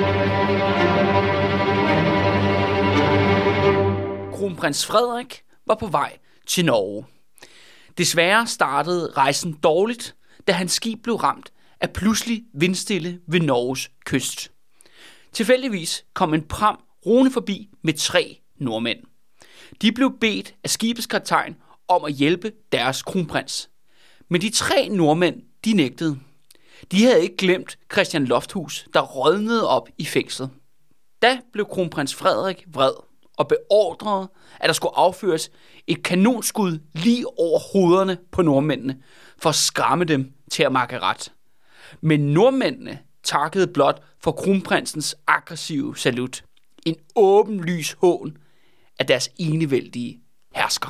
Kronprins Frederik var på vej til Norge. Desværre startede rejsen dårligt, da hans skib blev ramt af pludselig vindstille ved Norges kyst. Tilfældigvis kom en pram roende forbi med 3 nordmænd. De blev bedt af skibets kaptajn om at hjælpe deres kronprins. Men de 3 nordmænd, de nægtede. De havde ikke glemt Christian Lofthus, der rådnede op i fængslet. Da blev kronprins Frederik vred og beordrede, at der skulle affyres et kanonskud lige over hovederne på nordmændene, for at skræmme dem til at makke ret. Men nordmændene takkede blot for kronprinsens aggressive salut. En åbenlys hån af deres enevældige hersker.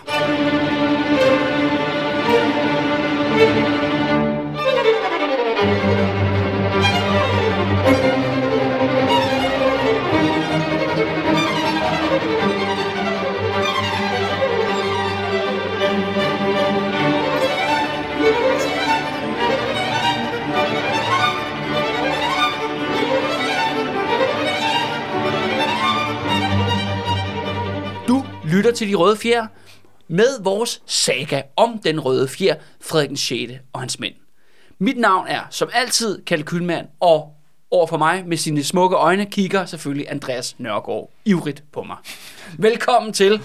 Lytter til De Røde Fjer med vores saga om den røde fjer, Frederik den 6. og hans mænd. Mit navn er som altid Kalle Kühlmann, og overfor mig med sine smukke øjne kigger selvfølgelig Andreas Nørgaard ivrigt på mig. Velkommen til.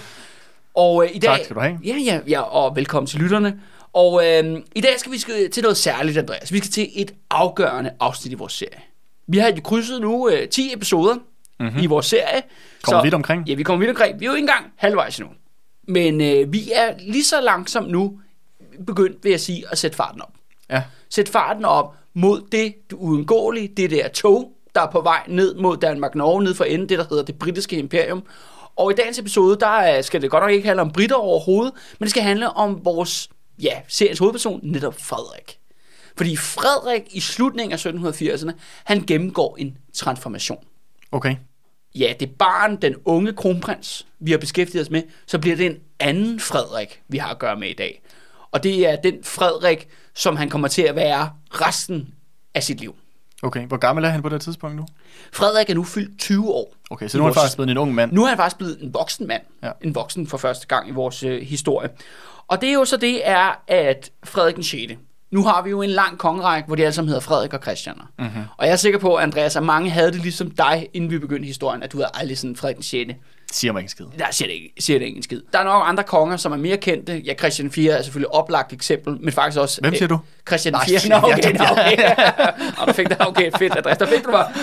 Og i dag, tak skal du have. Ja, og velkommen til lytterne. Og i dag skal vi til noget særligt, Andreas. Vi skal til et afgørende afsnit i vores serie. Vi har jo krydset nu 10 episoder i vores serie. Kommer vidt omkring. Ja, vi kommer vidt omkring. Vi er jo ikke engang halvvejs nu. Men vi er lige så langsomt nu begyndt, vil jeg sige, at sætte farten op. Ja. Sæt farten op mod det uundgåelige, det der tog, der er på vej ned mod Danmark-Norge, ned for enden, det der hedder det britiske imperium. Og i dagens episode, der skal det godt nok ikke handle om britter overhovedet, men det skal handle om vores, seriens hovedperson, netop Frederik. Fordi Frederik i slutningen af 1780'erne, han gennemgår en transformation. Okay. Ja, det barn, den unge kronprins, vi har beskæftiget os med, så bliver det en anden Frederik, vi har at gøre med i dag. Og det er den Frederik, som han kommer til at være resten af sit liv. Okay, hvor gammel er han på det tidspunkt nu? Frederik er nu fyldt 20 år. Okay, så nu er han faktisk blevet en ung mand. Nu er han faktisk blevet en voksen mand. Ja. En voksen for første gang i vores historie. Og det er jo så det er, at Frederik den 6. Nu har vi jo en lang kongerække, hvor de alle sammen hedder Frederik og Christianer. Mm-hmm. Og jeg er sikker på, Andreas, at mange havde det ligesom dig, inden vi begyndte historien, at du havde aldrig sådan Frederik den 6. Siger mig ikke skid. Nej, siger det ikke en skid. Der er nok andre konger, som er mere kendte. Ja, Christian 4 er selvfølgelig oplagt eksempel, men faktisk også... Hvem siger du? Christian 4. Nå, okay. Og der fik du, okay, fedt, Andreas. Der fik du mig.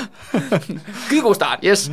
Skide god start, yes.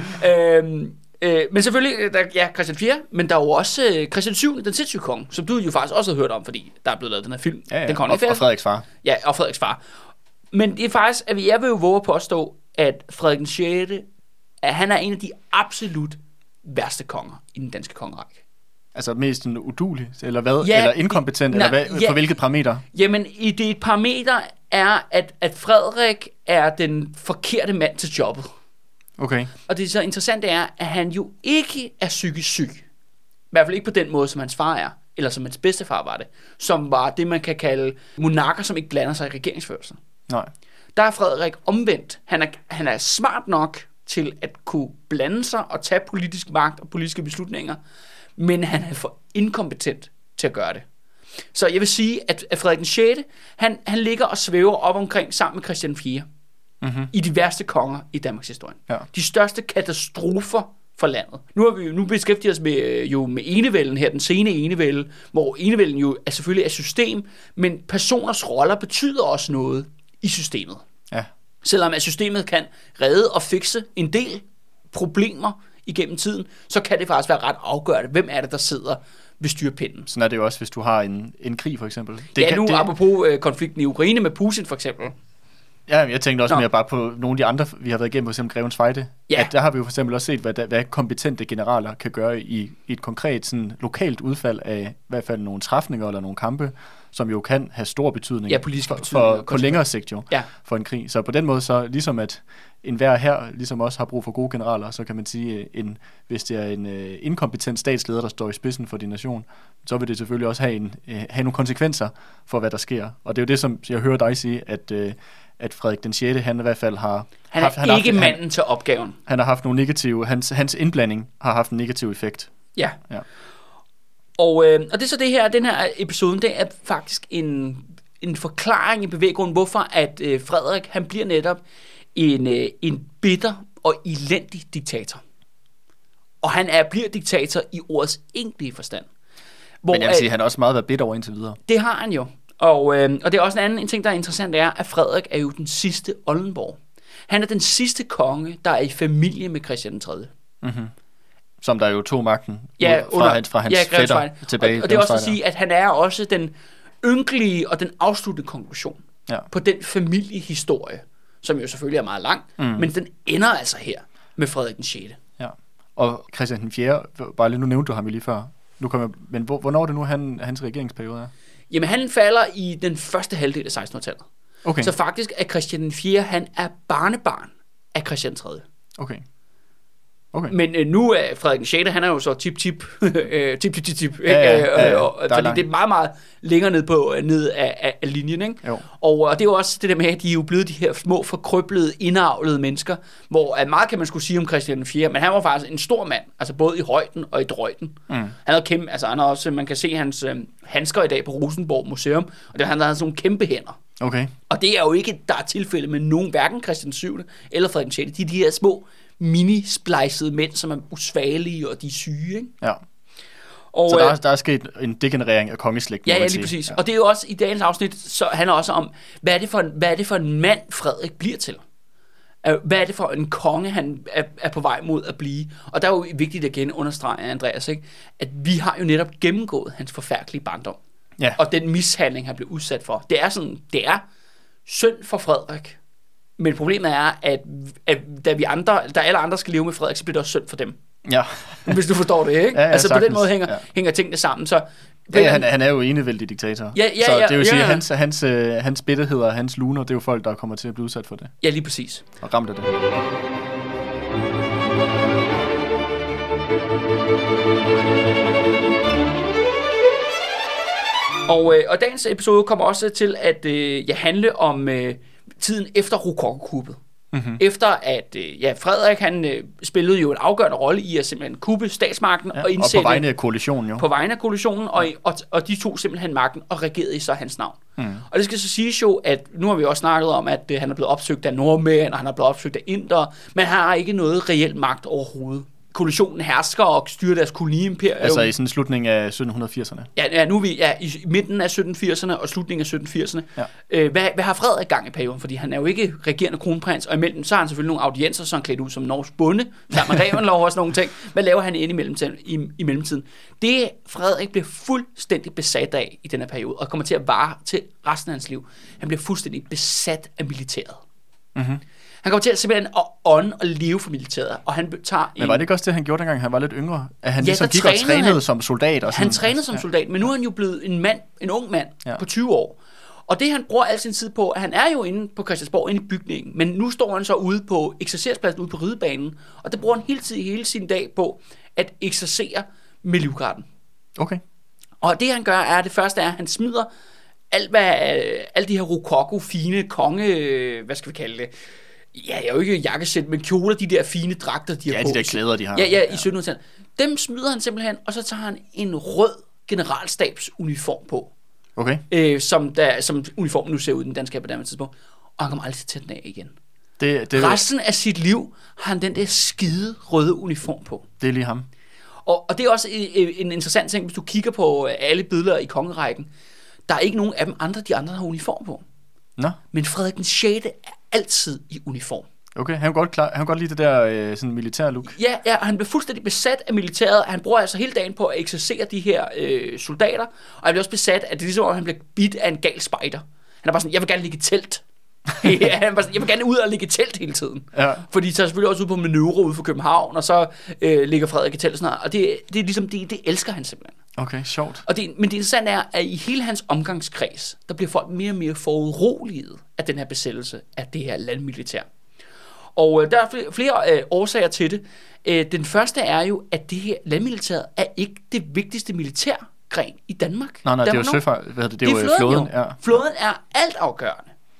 Men selvfølgelig, Christian 4, men der er jo også Christian 7, den sindssyge konge, som du jo faktisk også har hørt om, fordi der er blevet lavet den her film. Ja. Den og Frederiks far. Ja, og Frederiks far. Men det er faktisk, at jeg vil jo våge at påstå, at Frederik den 6., at han er en af de absolut værste konger i den danske kongerække. Altså mest en udulig, eller hvad? Ja, eller inkompetent, eller hvad? For hvilket parameter? Jamen, et parameter er, at Frederik er den forkerte mand til jobbet. Okay. Og det så interessante er, at han jo ikke er psykisk syg. I hvert fald ikke på den måde, som hans far er, eller som hans bedstefar var det, som var det, man kan kalde monarker, som ikke blander sig i regeringsførelsen. Nej. Der er Frederik omvendt. Han er smart nok til at kunne blande sig og tage politisk magt og politiske beslutninger, men han er for inkompetent til at gøre det. Så jeg vil sige, at Frederik den 6., han ligger og svæver op omkring sammen med Christian 4. Mm-hmm. I de værste konger i Danmarks historie. Ja. De største katastrofer for landet. Nu har vi jo beskæftiget os med enevælden her, den sene enevælde, hvor enevælden jo selvfølgelig er system, men personers roller betyder også noget i systemet. Ja. Selvom at systemet kan redde og fikse en del problemer igennem tiden, så kan det faktisk være ret afgørende, hvem er det, der sidder ved styrpinden. Sådan er det jo også, hvis du har en krig, for eksempel. Apropos konflikten i Ukraine med Putin, for eksempel. Ja, jeg tænkte også mere bare på nogle af de andre, vi har været igennem, for eksempel Grevens Fejde. Ja. At der har vi jo for eksempel også set, hvad kompetente generaler kan gøre i et konkret sådan, lokalt udfald af i hvert fald nogle træfninger eller nogle kampe, som jo kan have stor betydning, for på længere sigt jo, for en krig. Så på den måde, så ligesom at enhver her ligesom også har brug for gode generaler, så kan man sige, hvis det er en inkompetent statsleder, der står i spidsen for din nation, så vil det selvfølgelig også have nogle konsekvenser for, hvad der sker. Og det er jo det, som jeg hører dig sige, at Frederik den 6. han i hvert fald har... Han er ikke manden til opgaven. Han har haft nogle negative... Hans indblanding har haft en negativ effekt. Ja. Og det er så det her, den her episode, det er faktisk en forklaring i bevæggrunden, hvorfor at Frederik, han bliver netop en bitter og elendig diktator. Og han bliver diktator i ordets egentlige forstand. Men jeg vil sige, han har også meget været bitter over indtil videre. Det har han jo. Og det er også en ting, der er interessant, er, at Frederik er jo den sidste Oldenborg. Han er den sidste konge, der er i familie med Christian den 3. Mm-hmm. Som der jo tog magten fra hans fætter tilbage. Og det er også at sige, at han er også den ynkelige og den afsluttede konklusion på den familiehistorie, som jo selvfølgelig er meget lang, men den ender altså her med Frederik den 6. Ja. Og Christian den 4., bare lige nu nævnte du ham lige før. Men hvornår er det nu, hans regeringsperiode er? Jamen, han falder i den første halvdel af 1600-tallet. Okay. Så faktisk er Christian den 4., han er barnebarn af Christian den 3. Okay. Men nu er Frederik den 6., han er jo så tip. Fordi det er meget, meget længere ned af linjen, ikke? Og det er jo også det der med, at de er jo blevet de her små, forkrøblede, indavlede mennesker, hvor meget kan man skulle sige om Christian den 4., men han var faktisk en stor mand, altså både i højden og i drøjden. Han havde kæmpe, altså han har også, man kan se hans handsker i dag på Rosenborg Museum, og det han havde sådan nogle kæmpe hænder. Okay. Og det er jo ikke, der er tilfælde med nogen, hverken Christian 7. eller Frederik den 6. De er de her små mini-splicede mænd, som er usvagelige, og de er syge, ikke? Ja. Og, så der er sket en degenerering af kongeslægten. Ja, lige præcis. Ja. Og det er jo også i dagens afsnit, så handler også om, hvad er det for en mand, Frederik bliver til? Hvad er det for en konge, han er på vej mod at blive? Og der er jo vigtigt at understrege, Andreas, ikke? At vi har jo netop gennemgået hans forfærdelige barndom. Ja. Og den mishandling, han blev udsat for. Det er synd for Frederik. Men problemet er, at da alle andre skal leve med Frederik, så bliver det også synd for dem. Ja. Hvis du forstår det, ikke? Ja, altså sagtens. På den måde hænger tingene sammen. Så han er jo enevældig diktator. Så det vil sige, hans bitterheder og hans luner, det er jo folk, der kommer til at blive udsat for det. Ja, lige præcis. Og ramt af det. Og dagens episode kommer også til at handle om tiden efter Rokokokuppet. Mm-hmm. Efter at Frederik han spillede jo en afgørende rolle i at simpelthen kuppe statsmagten og indsætte... Og på vegne af koalitionen jo. På vegne af koalitionen, og de tog simpelthen magten og regerede i så hans navn. Mm. Og det skal så siges jo, at nu har vi også snakket om, at han er blevet opsøgt af nordmænd, og han er blevet opsøgt af indere, men han har ikke noget reelt magt overhovedet. Koalitionen hersker og styrer deres koloniimperium. Altså i sådan slutningen af 1780'erne? Ja, nu er vi i midten af 1780'erne og slutningen af 1780'erne. Ja. Hvad har Frederik gang i perioden? Fordi han er jo ikke regerende kronprins, og imellem så har han selvfølgelig nogle audiencer, så han klædt ud som norsk bonde, sammen med Reventlow og sådan nogle ting. Hvad laver han i mellemtiden? Det Frederik bliver fuldstændig besat af i den her periode, og kommer til at vare til resten af hans liv. Han bliver fuldstændig besat af militæret. Mm-hmm. Han kommer til at simpelthen ånde og leve for militæret, og han tager... Men var det ikke også det, han gjorde, dengang han var lidt yngre? At han ligesom gik og trænede som soldat? Og sådan. Han trænede som soldat, men nu er han jo blevet en ung mand på 20 år. Og det, han bruger al sin tid på, han er jo inde på Christiansborg, inde i bygningen, men nu står han så ude på eksercerspladsen, ude på ridebanen, og det bruger han hele sin dag på at eksercere med livgarden. Okay. Og det, han gør, er, det første er, at han smider alt de her rokoko, fine konge... hvad skal vi kalde det? Ja, jeg er jo ikke jakkesæt, men kjoler, de der fine dragter, de har på. Ja, de der klæder, de har. Ja, i 1700-tallet. Dem smider han simpelthen, og så tager han en rød generalstabsuniform på. Okay. Som uniformen nu ser ud i den danske på det tidspunkt. Og han kommer aldrig til at tage den af igen. Resten af sit liv har han den der skide røde uniform på. Det er lige ham. Og det er også en interessant ting, hvis du kigger på alle billeder i kongerækken. Der er ikke nogen af dem de andre har uniform på. Nå. Men Frederik den 6. er altid i uniform. Okay, han kan godt lide det der sådan militær look. Ja, han bliver fuldstændig besat af militæret. Han bruger altså hele dagen på at eksercere de her soldater. Og han bliver også besat af det, ligesom om han bliver bidt af en gal spejder. Han er bare sådan, jeg vil gerne ligge i telt. Jeg vil gerne ud og ligge i telt hele tiden. Ja. Fordi de tager selvfølgelig også ud på manøvre ude for København, og så ligger Frederik i telt og sådan noget. Og det er ligesom, det elsker han simpelthen. Okay, sjovt. Men det interessante er, at i hele hans omgangskreds, der bliver folk mere og mere forudroliget af den her besættelse af det her landmilitær. Og der er flere årsager til det. Den første er jo, at det her landmilitæret er ikke det vigtigste militærgren i Danmark. Nej, det er jo søfart. Det er jo flåden. Ja. Flåden er altafgørende.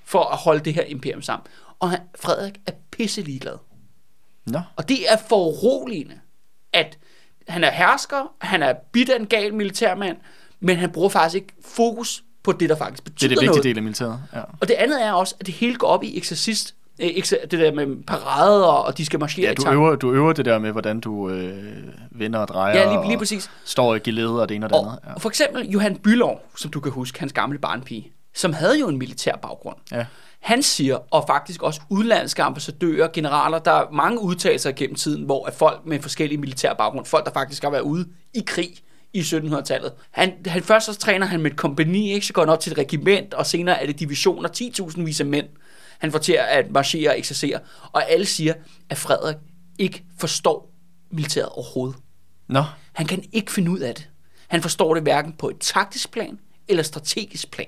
for at holde det her imperium sammen. Og Frederik er pisse ligeglad. Nå. Og det er foruroligende, at han er hersker, han er bitter en gal militærmand, men han bruger faktisk ikke fokus på det, der faktisk betyder noget. Det er det vigtige del af militæret. Ja. Og det andet er også, at det hele går op i eksercist. Det der med parader, og de skal marchere i tanken. Du øver det der med, hvordan du vender og drejer, ja, lige præcis. Og står i gelede og det ene og det andet. Ja. Og for eksempel Johan Bülow, som du kan huske, hans gamle barnpige, som havde jo en militær baggrund. Ja. Han siger, og faktisk også udenlandske ambassadører, generaler, der er mange udtalelser gennem tiden, hvor at folk med forskellige militær baggrund, folk der faktisk har været ude i krig i 1700-tallet. Han først så træner han med et kompagni, ikke? Så går han op til et regiment, og senere er det divisioner, 10.000 vis af mænd. Han får til at marchere og eksercere, og alle siger, at Frederik ikke forstår militæret overhovedet. Nå. Han kan ikke finde ud af det. Han forstår det hverken på et taktisk plan eller strategisk plan.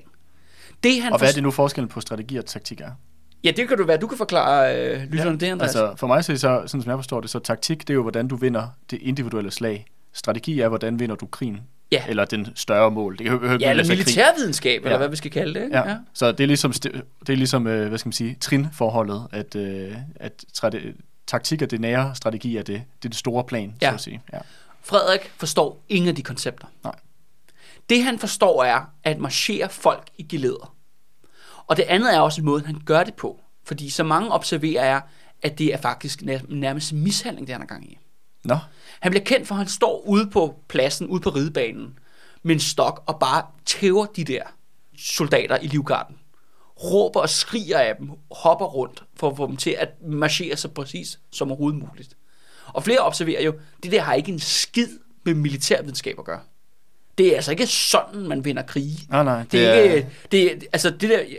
Og hvad er det nu forskellen på strategi og taktik er? Ja, det kan du være. Du kan forklare lytterne det, Andreas. Altså for mig så, sådan som jeg forstår det, så taktik, det er jo, hvordan du vinder det individuelle slag. Strategi er, hvordan vinder du krigen. Ja. Eller den større mål. Det kan eller militærvidenskab, eller hvad vi skal kalde det. Ja. Så det er ligesom hvad skal man sige, trinforholdet, at taktik er det nære, strategi er det store plan, så at sige. Ja. Frederik forstår ingen af de koncepter. Nej. Det han forstår er at marchere folk i geleder. Og det andet er også en måde, han gør det på. Fordi så mange observerer er, at det er faktisk nærmest mishandling, det han er gang i. Nå. Han bliver kendt for, at han står ude på pladsen, ude på ridebanen, med en stok og bare tæver de der soldater i livgarden. Råber og skriger af dem, hopper rundt for at få dem til at marchere så præcis som overhovedet muligt. Og flere observerer jo, det der har ikke en skid med militærvidenskab at gøre. Det er altså ikke sådan, man vinder krige. Nej, det er ikke... Andreas,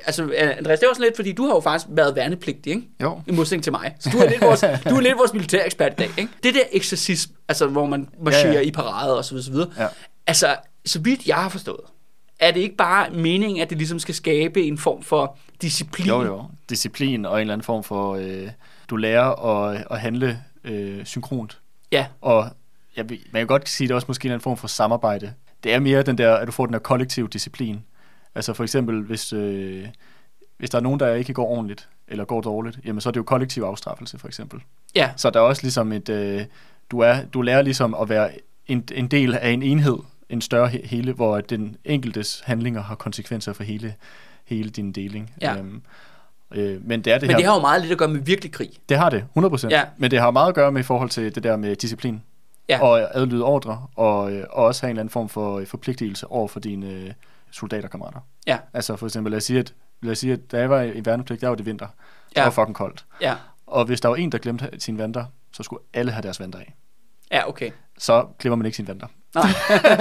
det er også lidt, fordi du har jo faktisk været værnepligtig, ikke? Jo. I modsætning til mig. Så du er lidt vores militærekspert i dag, ikke? Det der eksercisme, altså hvor man marcherer i parader og så videre. Ja. Altså, så vidt jeg har forstået, er det ikke bare meningen, at det ligesom skal skabe en form for disciplin? Jo. Disciplin og en eller anden form for... du lærer at handle synkront. Ja. Og man kan godt sige, at det er også måske en form for samarbejde. Det er mere den der, at du får den der kollektiv disciplin. Altså for eksempel, hvis der er nogen, der ikke går ordentligt, eller går dårligt, jamen så er det jo kollektiv afstraffelse, for eksempel. Ja. Så der er også ligesom du lærer ligesom at være en del af en enhed, en større hele, hvor den enkeltes handlinger har konsekvenser for hele din deling. Ja. Men det har jo meget lidt at gøre med virkelig krig. Det har det, 100%. Ja. Men det har meget at gøre med i forhold til det der med disciplin. Ja. Og adlyde ordre, og også have en eller anden form for forpligtelse over for dine soldaterkammerater. Ja. Altså for eksempel, lad os sige, at da jeg var i værnepligt, der var det vinter. Det var fucking koldt. Ja. Og hvis der var en, der glemte sine vanter, så skulle alle have deres vanter af. Ja, okay. Så glemmer man ikke sine vanter. Nej.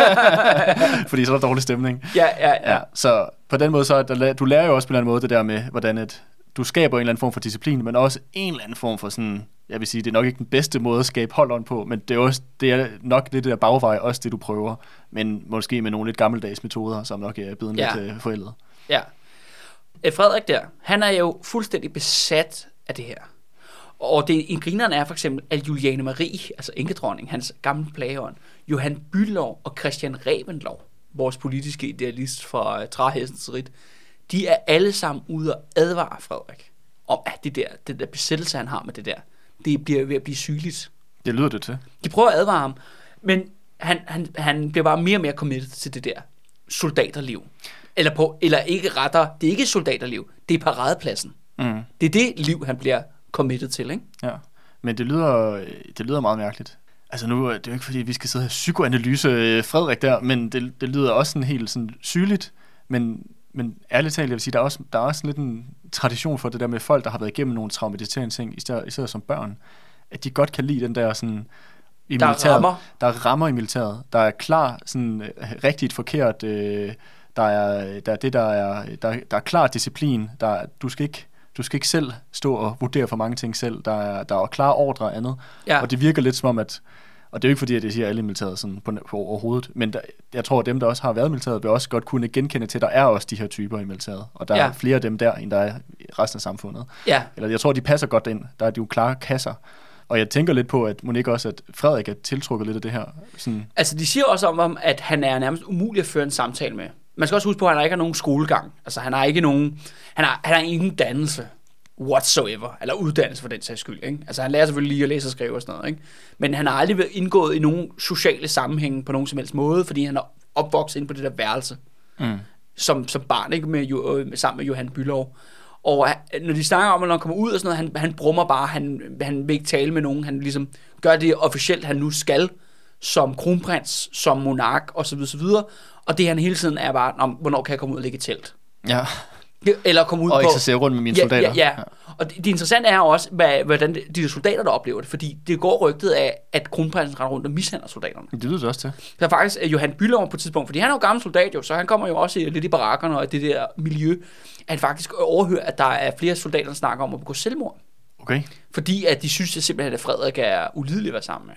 Fordi så er der dårlig stemning. Ja. Så på den måde, du lærer jo også på en eller anden måde det der med, hvordan du skaber en eller anden form for disciplin, men også en eller anden form for sådan, jeg vil sige, det er nok ikke den bedste måde at skabe holdånd på, men det er nok det der bagvej, også det du prøver, men måske med nogle lidt gammeldags metoder, som nok er blevet lidt forældet. Ja. Frederik der, han er jo fuldstændig besat af det her. Og en grineren er for eksempel, at Juliane Marie, altså enkedronning, hans gamle plageånd, Johan Bülow og Christian Reventlow, vores politiske idealist fra Træhestens Ridt, de er alle sammen ude og advare Frederik om, at den der besættelse, han har med det der, det bliver ved at blive sygeligt. Det lyder det til. De prøver at advare ham, men han bliver bare mere og mere committed til det der soldaterliv. Eller ikke rettere, det er ikke soldaterliv, det er paradepladsen. Mm. Det er det liv, han bliver committed til, ikke? Ja, men det lyder meget mærkeligt. Altså nu, det er jo ikke fordi, vi skal sidde og psykoanalyse Frederik der, men det lyder også sådan helt sådan sygeligt, men ærligt talt, jeg vil sige, der er også lidt en tradition for det der med folk, der har været igennem nogle traumatiserende ting, især som børn, at de godt kan lide den der sådan i militæret, der rammer i militæret, der er klar sådan rigtigt forkert, der er klar disciplin, du skal ikke selv stå og vurdere for mange ting selv, der er klare ordre og andet, og det virker lidt som om at, og det er jo ikke fordi, at jeg siger alle i militæret sådan på overhovedet, men jeg tror, at dem, der også har været i militæret, vil også godt kunne genkende til, at der er også de her typer i militæret, og der er flere af dem der, end der er i resten af samfundet. Ja. Eller jeg tror, de passer godt ind. Der er de jo klare kasser. Og jeg tænker lidt på, at må ikke også, at Frederik er tiltrukket lidt af det her. Sådan. Altså, de siger også om, at han er nærmest umulig at føre en samtale med. man skal også huske på, at han ikke har nogen skolegang. Altså, han har ingen dannelse whatsoever, eller uddannelse for den sags skyld. Ikke? Altså, han lærer selvfølgelig lige at læse og skrive og sådan noget, ikke? Men han har aldrig indgået i nogen sociale sammenhænge på nogen som helst måde, fordi han er opvokset ind på det der værelse, som barn, ikke? Sammen med Johan Bülow. Og når de snakker om, at når han kommer ud og sådan noget, han brummer bare, han vil ikke tale med nogen, han ligesom gør det officielt, han nu skal, som kronprins, som monark, osv. Og det han hele tiden er bare, hvornår kan jeg komme ud og ligge i telt? Ja. Eller komme ud og ikke så se rundt med mine soldater. Ja. Og det interessante er også, hvordan de soldater, der oplever det, fordi det går rygtet af, at kronprinsen render rundt og mishandler soldaterne. Det lyder det også til. Der er faktisk Johan Bülow på et tidspunkt, fordi han er jo gammel soldat jo, så han kommer jo også lidt i barakkerne og det der miljø, at han faktisk overhører, at der er flere soldater, der snakker om at begå selvmord. Okay. Fordi at de synes at simpelthen, at Frederik er ulidelig at være sammen med.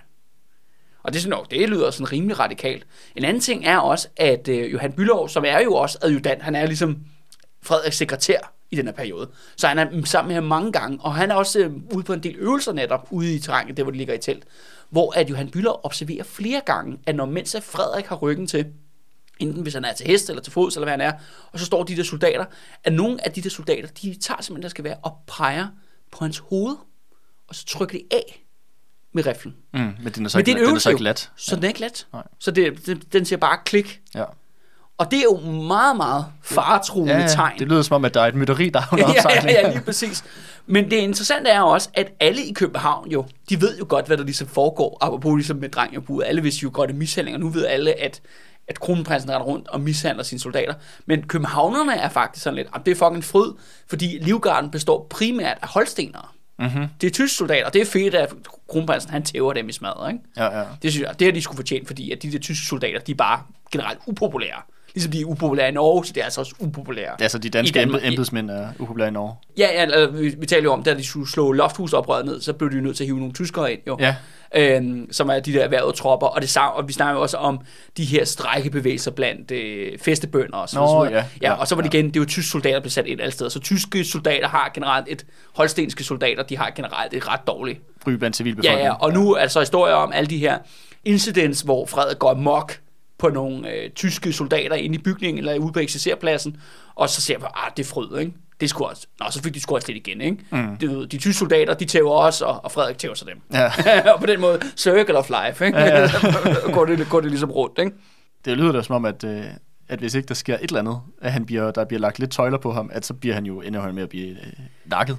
Og det lyder sådan rimelig radikalt. En anden ting er også, at Johan Bülow, som er jo også adjudant, han er ligesom Frederiks sekretær i den her periode. Så han er sammen med ham mange gange, og han er også ude på en del øvelser netop, ude i terrænet, der hvor det ligger i telt, hvor at Johan Bülow observerer flere gange, at når mens Frederik har ryggen til, enten hvis han er til hest eller til fods, eller hvad han er, og så står de der soldater, at nogle af de der soldater, de tager simpelthen, der skal være, og peger på hans hoved, og så trykker de af med riflen. Men den er så ikke let. Så den er ikke let. Nej. Så den siger bare klik. Ja. Og det er jo meget, meget faretruende tegn. Det lyder som om, at der er et mytteri, der er under opsejling. Ja, lige præcis. Men det interessante er også, at alle i København jo, de ved jo godt, hvad der ligesom foregår, apropos ligesom med dreng og bud. Alle vidste jo godt, at mishandlinger. Nu ved alle, at kronprinsen render rundt og mishandler sine soldater. Men københavnerne er faktisk sådan lidt, det er fucking fryd, fordi livgarden består primært af holstenere. Mm-hmm. Det er tyske soldater, det er fedt, at kronprinsen han tæver dem i smadret, ikke? Ja. Det synes jeg, det har de skulle fortjene, fordi at de der tyske soldater, de er bare generelt upopulære. Ligesom de er upopulære i Norge, så det er altså også upopulære. Ja, så de danske embedsmænd er upopulære i Norge. Ja, vi taler jo om, da de skulle slå Lofthus-oprøret ned, så blev de nødt til at hive nogle tyskere ind, jo. Ja. Som er de der erhvervede tropper, og vi snakker jo også om de her strejkebevægelser blandt festebønder og så videre. Ja, og så var det igen, det er jo tyske soldater, der blev sat ind alle steder. Så tyske soldater har generelt holstenske soldater, de har generelt et ret dårligt ry blandt civilbefolkningen. Ja, og nu er der så historier om alle de her incidents, hvor Frederik går amok på nogle tyske soldater inde i bygningen eller ude på eksercerpladsen, og så ser man, det er fryd, ikke? Det skulle også. Så fik de sgu også lidt igen, ikke? De tyske soldater, de tæver også, og Frederik tæver sig dem. Ja. Og på den måde, circle of life, ikke? Ja. går det ligesom rundt, ikke? Det lyder da som om, at hvis ikke der sker et eller andet, at der bliver lagt lidt tøjler på ham, at så bliver han jo endnu med at blive nakket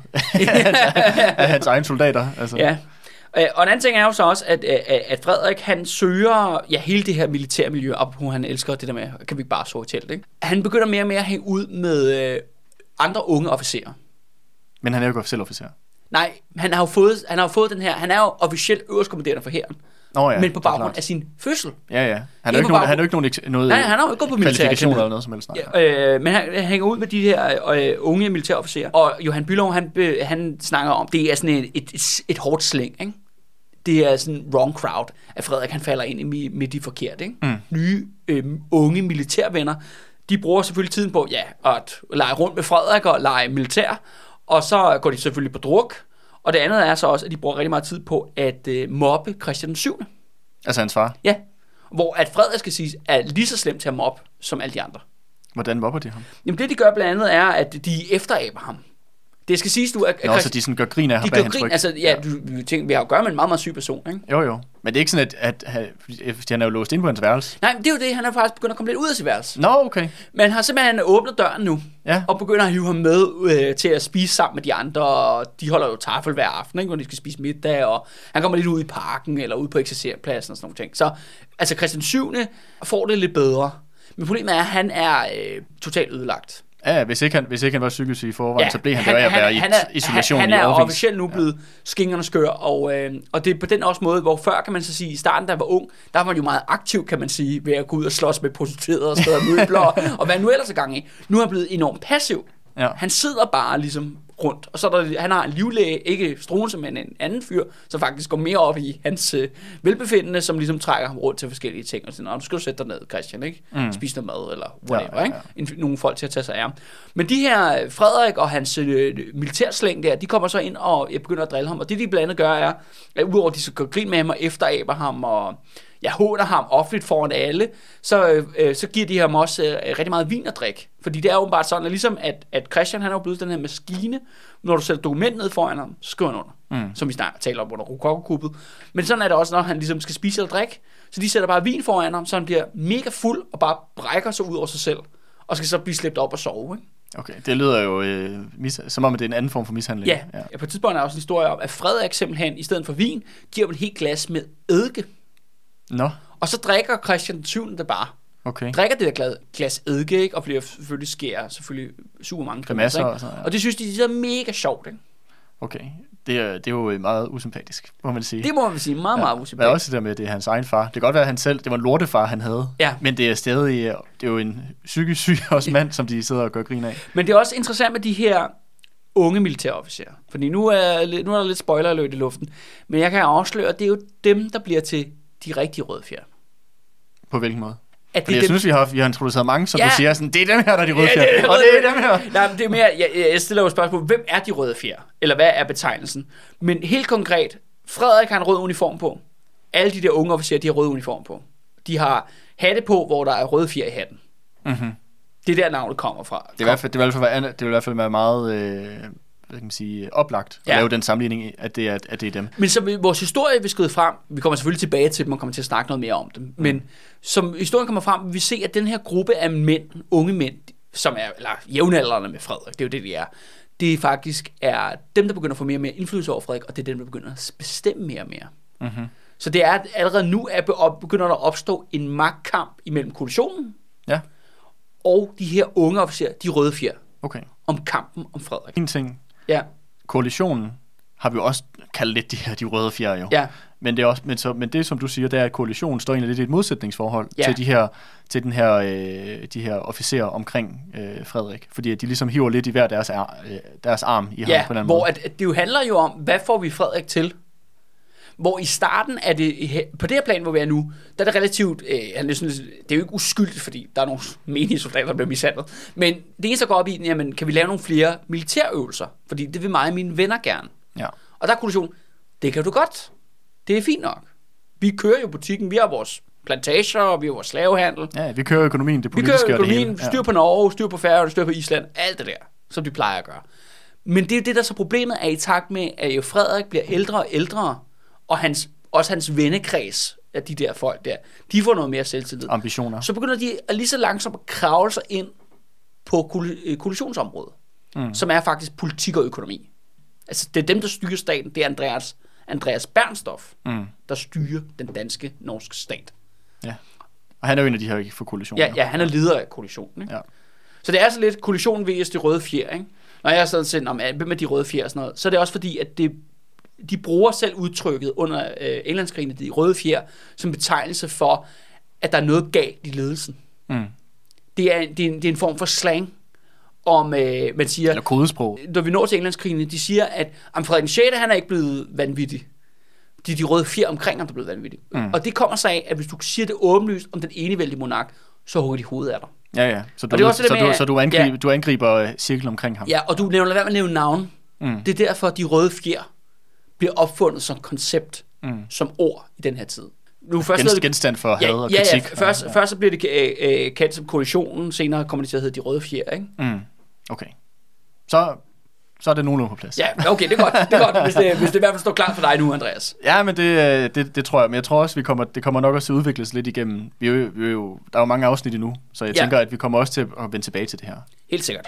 af hans egne soldater. Altså. Ja. Og en anden ting er jo så også, at Frederik, han søger hele det her militærmiljø, apropos han elsker det der med, kan vi ikke bare sove i telt, ikke? Han begynder mere og mere at hænge ud med andre unge officerer. Men han er jo ikke officiel officer. Nej, han har jo fået den her, han er jo officielt øverstkommanderende for hæren. Men på baggrund af sin fødsel. Ja. Han er jo ikke noget nej, han har jo ikke gået på kvalifikationer eller noget som helst. Men han hænger ud med de her unge militærofficerer. Og Johan Bülow, han snakker om, det er sådan et hårdt slæng, ikke? Det er sådan wrong crowd, at Frederik han falder ind med de forkerte, ikke? Nye unge militærvenner. De bruger selvfølgelig tiden på at lege rundt med Frederik og lege militær. Og så går de selvfølgelig på druk. Og det andet er så også, at de bruger rigtig meget tid på at mobbe Christian 7. Altså hans far? Ja, hvor at Frederik skal sige, er lige så slemt til at mobbe som alle de andre. Hvordan mobber de ham? Jamen det de gør blandt andet er, at de efteraber ham. Det skal siges du, at så de sådan gør grin af ham bag hans ryg. Altså, du tænker, vi har at gøre med en meget, meget syg person, ikke? Jo. Men det er ikke sådan, at han er jo låst inde på hans værelse. Nej, men det er jo det. Han er faktisk begyndt at komme lidt ud af sit værelse. Nå, okay. Men han har simpelthen åbnet døren nu, og begynder at hive ham med til at spise sammen med de andre. Og de holder jo tafel hver aften, ikke, når de skal spise middag, og han kommer lidt ud i parken, eller ud på eksercerpladsen og sådan nogle ting. Så altså Christian 7. får det lidt bedre. Men problemet er, at han er totalt ødelagt. Ja, hvis ikke han var psykisk syg i forvejen, så blev han ved at være i isolation i han er årevis. officielt nu blevet skingerne skør, og det er på den også måde, hvor før kan man så sige, i starten, da han var ung, der var man jo meget aktiv, kan man sige, ved at gå ud og slås med prostituerede og steder møbler, og hvad nu ellers er gang i. Nu er han blevet enormt passiv. Ja. Han sidder bare ligesom rundt, og så han har en livlæge, ikke Struensee, men en anden fyr, som faktisk går mere op i hans velbefindende, som ligesom trækker ham rundt til forskellige ting, og sådan, nu skal du sætte dig ned, Christian, ikke? Spise noget mad, eller whatever, ikke? Nogle folk til at tage sig af ham. Men de her, Frederik og hans militærslæng der, de kommer så ind og begynder at drille ham, og det de blandt andet gør er, at udover at de så går grin med ham og efteraber ham, og jeg håner ham offentligt foran alle, så giver de ham også rigtig meget vin at drikke. Fordi det er jo bare sådan, at ligesom at Christian, han er jo blevet den her maskine, når du sætter dokument ned foran ham, så skriver han under, som vi snart taler om under rokokokuppet. Men sådan er det også, når han ligesom skal spise eller drikke, så de sætter bare vin foran ham, så han bliver mega fuld og bare brækker sig ud over sig selv, og skal så blive slæbt op og sove, ikke? Okay, det lyder jo som om, det er en anden form for mishandling. Ja. På et tidspunkt er der også en historie om, at Frederik simpelthen, i stedet for vin, giver dem et helt glas med eddike. Nå. Og så drikker Christian den 7. det bare. Okay. Drikker det der glas eddike, ikke? Og bliver selvfølgelig super mange grimasser. Og det synes de er mega sjovt, ikke? Okay. Det er jo meget usympatisk, må man sige. Det må man sige, meget usympatisk. Men også det der med, at det er hans egen far. Det kan godt være, at han selv, det var en lortefar, han havde. Ja. Men det er stadig, det er jo en psykisk syg også mand, som de sidder og gør grin af. Men det er også interessant med de her unge militærofficerer. Fordi nu er der lidt spoileralert i luften. Men jeg kan afsløre, at det er jo dem, der bliver til de rigtige røde fjer. På hvilken måde? Fordi jeg synes, vi har introduceret mange, som du siger, sådan, det er dem her, der er de røde fjer. Og det er dem her. Nej, men det er mere, jeg stiller jo et spørgsmål, hvem er de røde fjer? Eller hvad er betegnelsen? Men helt konkret, Frederik har en rød uniform på. Alle de der unge officerer, de har rød uniform på. De har hatte på, hvor der er røde fjer i hatten. Mm-hmm. Det er der navnet kommer fra. Det vil i hvert fald være meget hvad kan man sige, oplagt at lave den sammenligning, at det er dem. Men som vores historie vil skride frem, vi kommer selvfølgelig tilbage til dem og kommer til at snakke noget mere om dem, men som historien kommer frem, vil vi se, at den her gruppe af mænd, unge mænd, som er jævnaldrende med Frederik, det er jo det, de er. Det faktisk er dem, der begynder at få mere og mere indflydelse over Frederik, og det er dem, der begynder at bestemme mere og mere. Mm-hmm. Så det er allerede nu, begynder der at opstå en magtkamp imellem koalitionen og de her unge officerer, de røde fjer, om kampen om Frederik. En ting. Ja. Koalitionen har vi jo også kaldt lidt de røde fjer jo. Ja. Men det er også, men det som du siger, det er, at koalitionen står egentlig lidt i et modsætningsforhold til de her officerer omkring Frederik, fordi at de ligesom hiver lidt i hver deres arm i ham på en eller anden måde. Hvor det jo handler jo om, hvad får vi Frederik til? Hvor i starten er det, på det her plan, hvor vi er nu, der er det relativt, det er jo ikke uskyldigt, fordi der er nogle menige soldater, der bliver mishandlet. Men det eneste, der går op i, jamen, kan vi lave nogle flere militærøvelser? Fordi det vil mig og mine venner gerne. Ja. Og der er koalition, det kan du godt. Det er fint nok. Vi kører jo butikken, vi har vores plantager, vi har vores slavehandel. Ja, vi kører økonomien, det politiske. Vi kører økonomien, styr på Norge, styr på Færøerne, styr på Island, alt det der, som de plejer at gøre. Men det er det, der så problemet er i takt med, at jo Frederik bliver ældre og ældre, og også hans vennekreds af de der folk der, de får noget mere selvtillid. Ambitioner. Så begynder de lige så langsomt at kravle sig ind på koalitionsområdet, som er faktisk politik og økonomi. Altså det er dem, der styrer staten. Det er Andreas Bernstorff, der styrer den danske norske stat. Ja. Og han er jo en af de her for koalitioner. Ja, han er leder af koalitionen. Ikke? Ja. Så det er så lidt koalitionen vs. de røde fjer. Ikke? Når jeg sådan set om hvem er de røde fjer og sådan noget, så er det også fordi, at de bruger selv udtrykket under Englandskrigen, de røde fjer, som betegnelse for, at der er noget galt i ledelsen. Mm. Det er en form for slang, om man siger... Eller kodesprog. Når vi når til Englandskrigen, de siger, at Frederik 6. han er ikke blevet vanvittig. Det er de røde fjer omkring ham, der er blevet vanvittige. Mm. Og det kommer sig af, at hvis du siger det åbenlyst om den enevældige monark, så hugger de hovedet af dig. Ja. Så du angriber cirklen omkring ham. Ja, og du nævner med at nævne navn. Mm. Det er derfor, at de røde fjer bliver opfundet som koncept, som ord i den her tid. Nu først genstand for had og kritik. Først så bliver det kaldt som koalitionen, senere kommer det til at hedde de røde fjer, ikke? Mm. Okay. Så er det nogenlunde på plads. Ja, okay, det er godt, hvis det i hvert fald står klart for dig nu, Andreas. Ja, men det tror jeg. Men jeg tror også, det kommer nok også til at udvikles lidt igennem. Der er jo mange afsnit endnu, så jeg tænker, at vi kommer også til at vende tilbage til det her. Helt sikkert.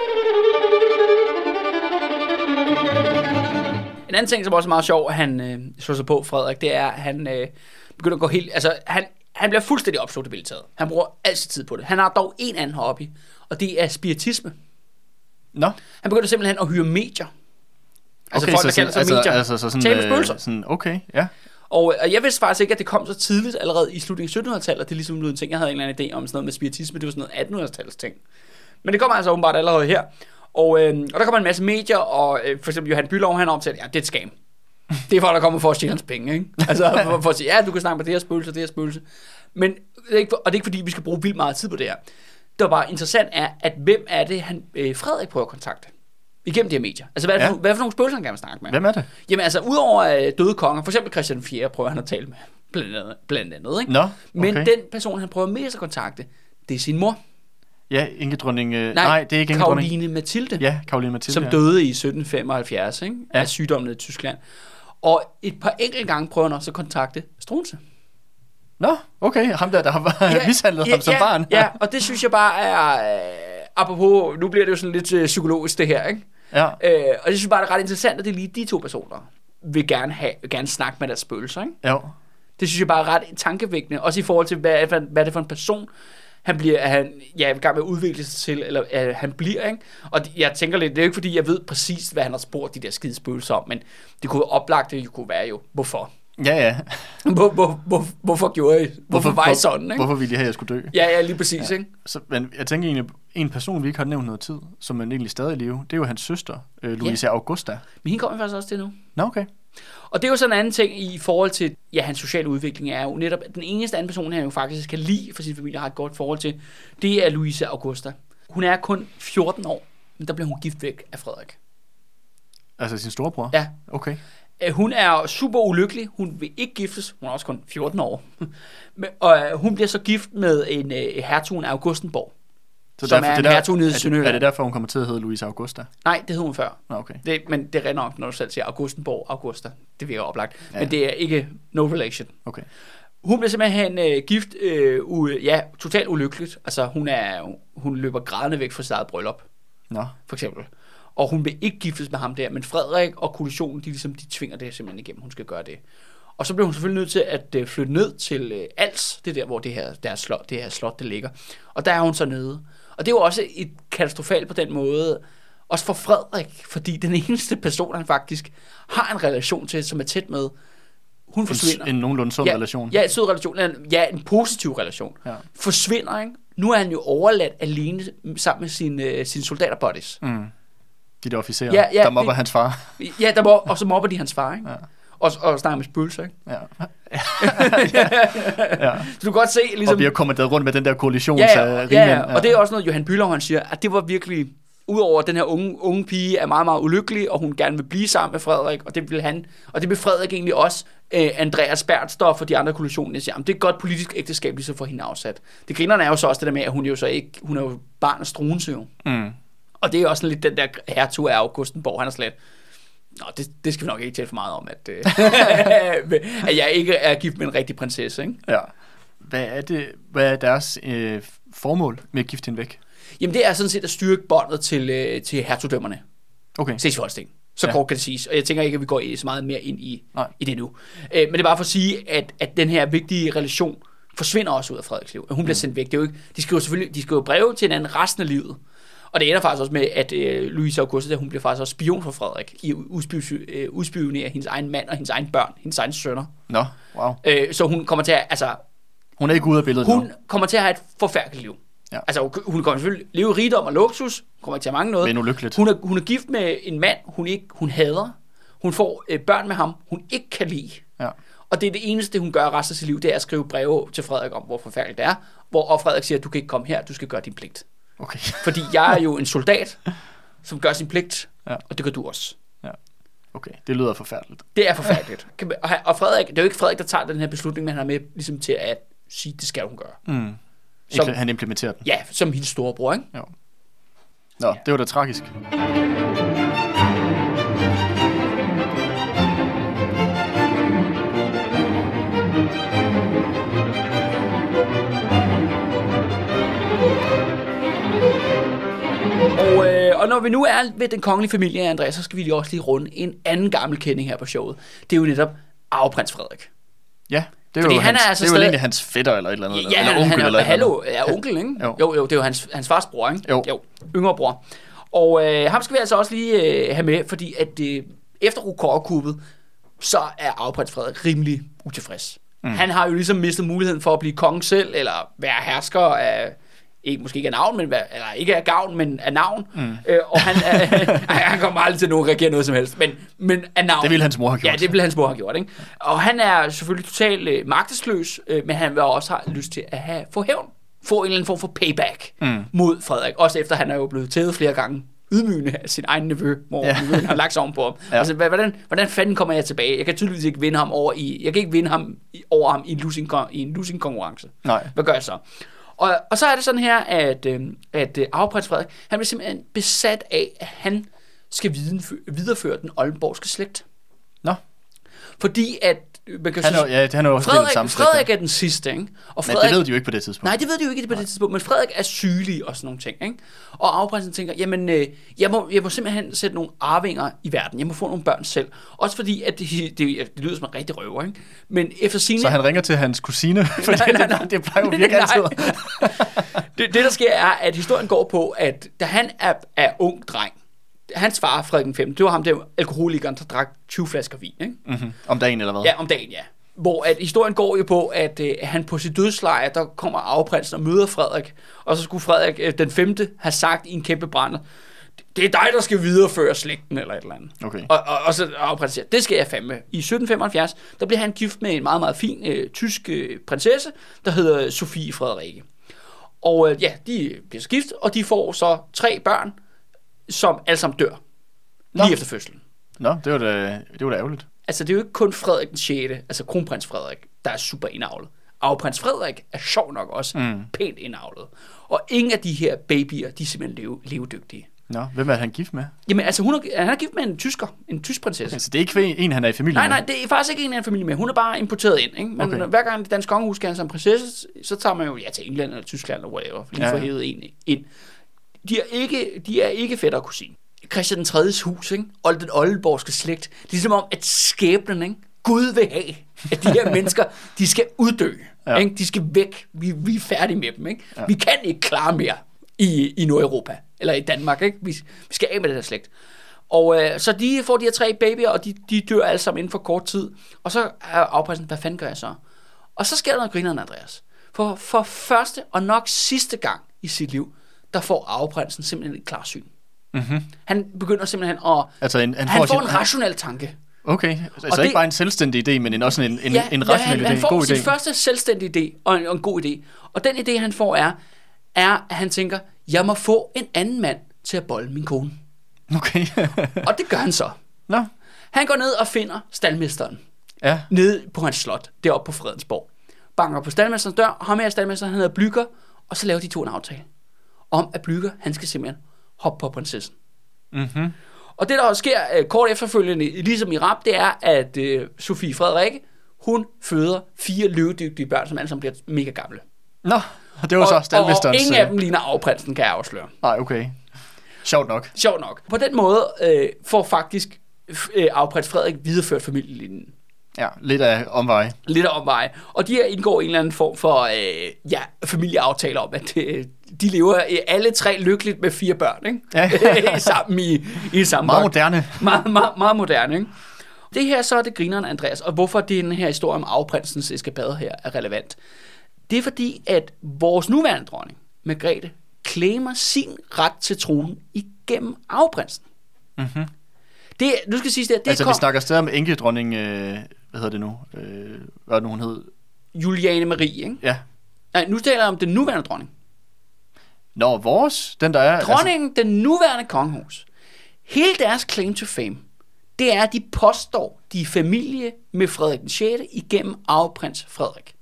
En anden ting, som også er meget sjov, han slår sig på, Frederik, det er, at han begynder at gå helt... Altså, han bliver fuldstændig opslugt i militæret. Han bruger altid tid på det. Han har dog en anden hobby, og det er spiritisme. Nå? Han begynder simpelthen at hyre medier. Altså okay, folk, der kalder sig medier. Altså sådan... Tale med spøgelser. Sådan, okay, ja. Og jeg vidste faktisk ikke, at det kom så tidligt, allerede i slutningen af 1700-tallet. Det er ligesom en ting, jeg havde en eller anden idé om, sådan noget med spiritisme. Det var sådan noget 1800-tals ting. Men det kommer altså åbenbart allerede her. Og der kommer en masse medier, og for eksempel Johan Bülow, han omtaler, ja, det er et scam. Det er for, der kommer for at stjæle hans penge, ikke? Altså for at sige, ja, du kan snakke med det her spøgelse. Men det er ikke fordi, vi skal bruge vildt meget tid på det her. Det var bare interessant er, at hvem er det, Frederik prøver at kontakte? Igennem de her medier. Altså, hvad er det for nogle spøgelser, han gerne vil snakke med? Hvem er det? Jamen altså, udover døde konger, for eksempel Christian 4. prøver han at tale med. blandt andet. Ikke? Nå, okay. Men den person, han prøver mest at kontakte, det er sin mor. Ja, enkedronning... Nej, det er ikke enkedronning. Caroline Mathilde. Ja, Caroline Mathilde. Som døde i 1775, ikke? Af sygdommen i Tyskland. Og et par enkelte gange prøver han også at kontakte Struensee. Nå, okay. Ham der har mishandlet ham som barn. Ja, og det synes jeg bare er... apropos, nu bliver det jo sådan lidt psykologisk det her, ikke? Ja. Og det synes jeg bare er ret interessant, at det er lige de to personer vil gerne snakke med deres spøgelser, ikke? Jo. Det synes jeg bare er ret tankevækkende, også i forhold til, hvad er det for en person, han er i gang med at udvikle sig til, eller han bliver, ikke? Og jeg tænker lidt, det er jo ikke fordi, jeg ved præcis, hvad han har spurgt de der skide spøgelser om, men det kunne oplagt, det kunne være jo, hvorfor? Ja. Hvorfor gjorde I? Hvorfor var I sådan, ikke? Hvorfor ville I have, at jeg skulle dø? Ja, lige præcis, ikke? Så, men jeg tænker egentlig, en person, vi ikke har nævnt noget tid, som man egentlig stadig lever, det er jo hans søster, Louise Augusta. Men hende kommer faktisk også til nu. Nå, okay. Og det er jo sådan en anden ting i forhold til, hans sociale udvikling er jo netop, den eneste anden person, han jo faktisk kan lide for sin familie har et godt forhold til, det er Louise Augusta. Hun er kun 14 år, men der bliver hun gift væk af Frederik. Altså sin storebror? Ja. Okay. Hun er super ulykkelig. Hun vil ikke giftes. Hun er også kun 14 år. Og hun bliver så gift med en hertugen af Augustenborg. Så som er en hertug nede i Sønderjylland. Er det derfor, hun kommer til at hedde Louise Augusta? Nej, det hed hun før. Okay. Men det er nok, når du selv siger Augustenborg, Augusta. Det virker oplagt. Ja. Men det er ikke no relation. Okay. Hun bliver simpelthen gift, totalt ulykkeligt. Altså, hun løber grædende væk fra sit eget bryllup. Nå. For eksempel. Og hun vil ikke giftes med ham der, men Frederik og koalitionen, de tvinger det simpelthen igennem, hun skal gøre det. Og så bliver hun selvfølgelig nødt til at flytte ned til Als, det der, hvor det her slot, det ligger. Og der er hun så nede. Og det er jo også et katastrofalt på den måde, også for Frederik, fordi den eneste person, han faktisk har en relation til, som er tæt med, hun forsvinder. En nogenlunde sund relation. Ja, en sød relation. Ja, en positiv relation. Ja. Forsvinder, ikke? Nu er han jo overladt alene sammen med sine soldaterbuddies. Mm. De der officerer, der mobber hans far. Ja, og så mobber de hans far, ikke? Ja. Og snakker med spøgelser, ikke? Ja. Så du kan godt se, ligesom... Og bliver kommet rundt med den der koalition. Ja, og det er også noget, Johan Bülow, han siger, at det var virkelig... Udover at den her unge pige er meget, meget ulykkelig, og hun gerne vil blive sammen med Frederik, og det vil han, og det vil Frederik egentlig også. Andreas Bernstorff og de andre koalitioner siger, det er et godt politisk ægteskab, lige så for hende afsat. Det grinerne er jo så også det der med, at hun er jo barn af Struensee. Mm. Og det er også lidt den der hertug af Augustenborg, han er slet... Nå, det skal vi nok ikke tale for meget om, at jeg ikke er gift med en rigtig prinsesse, ikke? Ja. Hvad er deres formål med at gifte hende væk? Jamen, det er sådan set at styrke båndet til hertugdømmerne. Okay. Slesvig-Holsten. Så kort kan det siges. Og jeg tænker ikke, at vi går så meget mere ind i det nu. Men det er bare for at sige, at den her vigtige relation forsvinder også ud af Frederiks liv. Hun bliver sendt væk. Det er jo ikke, de skriver breve til hinanden resten af livet. Og det ender faktisk også med, at Louise Augusta, hun bliver faktisk også spion for Frederik, i udspionere hendes egen mand og hendes egen børn, hendes egen sønner. Nå, wow. Så hun kommer til at, hun er ikke ude af billedet Hun kommer til at have et forfærdeligt liv. Ja. Altså, hun kommer selvfølgelig leve i rigdom og luksus, kommer ikke til at mange noget. Men ulykkeligt. Hun er gift med en mand, hun hader. Hun får børn med ham, hun ikke kan lide. Ja. Og det er det eneste, hun gør resten af sit liv, det er at skrive breve til Frederik om, hvor forfærdeligt det er. Og Frederik siger, at du kan ikke komme her, du skal gøre din pligt. Okay. Fordi jeg er jo en soldat, som gør sin pligt, og det gør du også. Ja. Okay, det lyder forfærdeligt. Det er forfærdeligt. Og Frederik, det er jo ikke Frederik, der tager den her beslutning, men han er med ligesom til at sige, det skal hun gøre. Mm. Han implementerer den. Ja, som hendes storebror, ikke? Jo. Nå, det var da tragisk. Og når vi nu er ved den kongelige familie, Andreas, så skal vi også lige runde en anden gammel kending her på showet. Det er jo netop arveprins Frederik. Ja, det er jo det er vel egentlig hans fætter eller et eller andet. Ja, eller onkel eller hallo, er onkel, ikke? Jo, det er jo hans fars bror, ikke? Jo, yngre bror. Og ham skal vi altså også lige have med, fordi at efter Rococó-kuppet, så er arveprins Frederik rimelig utilfreds. Mm. Han har jo ligesom mistet muligheden for at blive konge selv, eller være hersker af... måske ikke af navn, men eller ikke af gavn, men af navn. Mm. Og han kommer aldrig til at reagere noget som helst, men af navn. Det ville hans mor have gjort. Ja, det ville hans mor have gjort, ikke? Og han er selvfølgelig totalt magtesløs, men han vil også have lyst til at få hævn. Få en eller anden form for payback mod Frederik. Også efter han er jo blevet tævet flere gange ydmygende af sin egen nevø, hvor nevøen har lagt sig om på ham. Ja. Altså, hvordan fanden kommer jeg tilbage? Jeg kan tydeligvis ikke vinde ham over over ham i en losing konkurrence. Nej. Hvad gør jeg så? Og så er det sådan her, at arveprins Frederik, han bliver simpelthen besat af, at han skal videreføre den oldenborgske slægt. Nå. Fordi at man kan han er jo også Frederik er den sidste, ikke? Og Frederik, men det ved de jo ikke på det tidspunkt. Nej, det ved de jo ikke på det tidspunkt, men Frederik er sygelig og sådan nogle ting, ikke? Og arveprinsen tænker, jamen, jeg må simpelthen sætte nogle arvinger i verden. Jeg må få nogle børn selv. Også fordi, at det lyder som en rigtig røver, ikke? Men efter sine... Så han ringer til hans kusine? For nej. Det plejer jo virkelig altid. det, der sker, er, at historien går på, at da han er ung dreng, hans far, Frederik V, det var ham der alkoholikeren, der drak 20 flasker vin, ikke? Mm-hmm. Om dagen eller hvad? Ja, om dagen, ja. Hvor at historien går jo på, at han på sit dødsleje, der kommer arveprinsen og møder Frederik, og så skulle Frederik den 5. have sagt i en kæmpe brænder, det er dig, der skal videreføre slægten, eller et eller andet. Okay. Og så arveprinsen siger, det skal jeg fandme. I 1775, der bliver han gift med en meget, meget fin tysk prinsesse, der hedder Sofie Frederikke. Og de bliver så gift, og de får så 3 børn, som alle sammen dør. Lige efter fødslen. Nå, det var da ærgerligt. Altså, det er jo ikke kun Frederik den 6., altså kronprins Frederik, der er super indavlet. Arveprins Frederik er sjov nok også pænt indavlet. Og ingen af de her babyer, de er simpelthen levedygtige. Nå, hvem er han gift med? Jamen, altså, han er gift med en tysk prinsesse. Altså, det er ikke en, han er i familie med? Nej, det er faktisk ikke en, han er i familie med. Hun er bare importeret ind, ikke? Men hver gang det danske kongehus skal have som prinsesse, så tager man jo til England eller Tyskland eller whatever, lige for hævet en ind. De er ikke fætter og kusine. Christian 3.'s hus, ikke? Og den oldenborgske slægt. Ligesom om, at skæbnen, ikke? Gud vil have, at de her mennesker, de skal uddø. Ikke? De skal væk. Vi er færdige med dem, ikke? Ja. Vi kan ikke klare mere i Nordeuropa. Eller i Danmark, ikke? Vi skal af med det her slægt. Og så de får de her 3 babyer, og de dør alle sammen inden for kort tid. Og så er arveprinsen, hvad fanden gør jeg så? Og så sker der noget grineren, Andreas. For første og nok sidste gang i sit liv, der får arveprinsen simpelthen et klarsyn. Mm-hmm. Han begynder simpelthen at... Altså han får en rationel tanke. Okay, altså ikke bare en selvstændig idé, men også en rationel idé, han får en god sin idé. første selvstændige idé, og en god idé. Og den idé, han får, er, at han tænker, jeg må få en anden mand til at bolle min kone. Okay. Og det gør han så. Nå. Han går ned og finder staldmesteren. Ja. Nede på hans slot, deroppe på Fredensborg. Banker på staldmesterens dør, og ham her staldmesteren, han hedder Blücher, og så laver de 2 en aftale. Om at Blücher, han skal simpelthen hoppe på prinsessen. Mm-hmm. Og det, der sker kort efterfølgende, ligesom i rap, det er, at Sofie Frederikke, hun føder 4 løvedygtige børn, som alle sammen bliver mega gamle. Nå, det var så staldmesterens... Og ingen af dem ligner arveprinsen, kan jeg afsløre. Nej, okay. Sjovt nok. På den måde får faktisk arveprins Frederik videreført familielinjen. Ja, lidt af omveje. Og de her indgår en eller anden form for familieaftaler om, at de lever alle 3 lykkeligt med 4 børn, ikke? Ja. Sammen i samme meget moderne. Meget moderne, ikke? Det her så er det grineren, Andreas, og hvorfor den her historie om arveprinsens eskapade her er relevant. Det er fordi, at vores nuværende dronning, Margrethe, claimer sin ret til tronen igennem arveprinsen. Mhm. Nu skal sige det. Altså, vi snakker stadig om enkedronning, hvad hedder det nu? Hvad er det nu, hun hed? Juliane Marie, ikke? Ja. Nej, nu taler jeg om den nuværende dronning. Nå, vores? Den der er... Dronningen, altså... den nuværende kongehus. Hele deres claim to fame, det er, at de påstår, de er familie med Frederik den 6. igennem arveprins Frederik.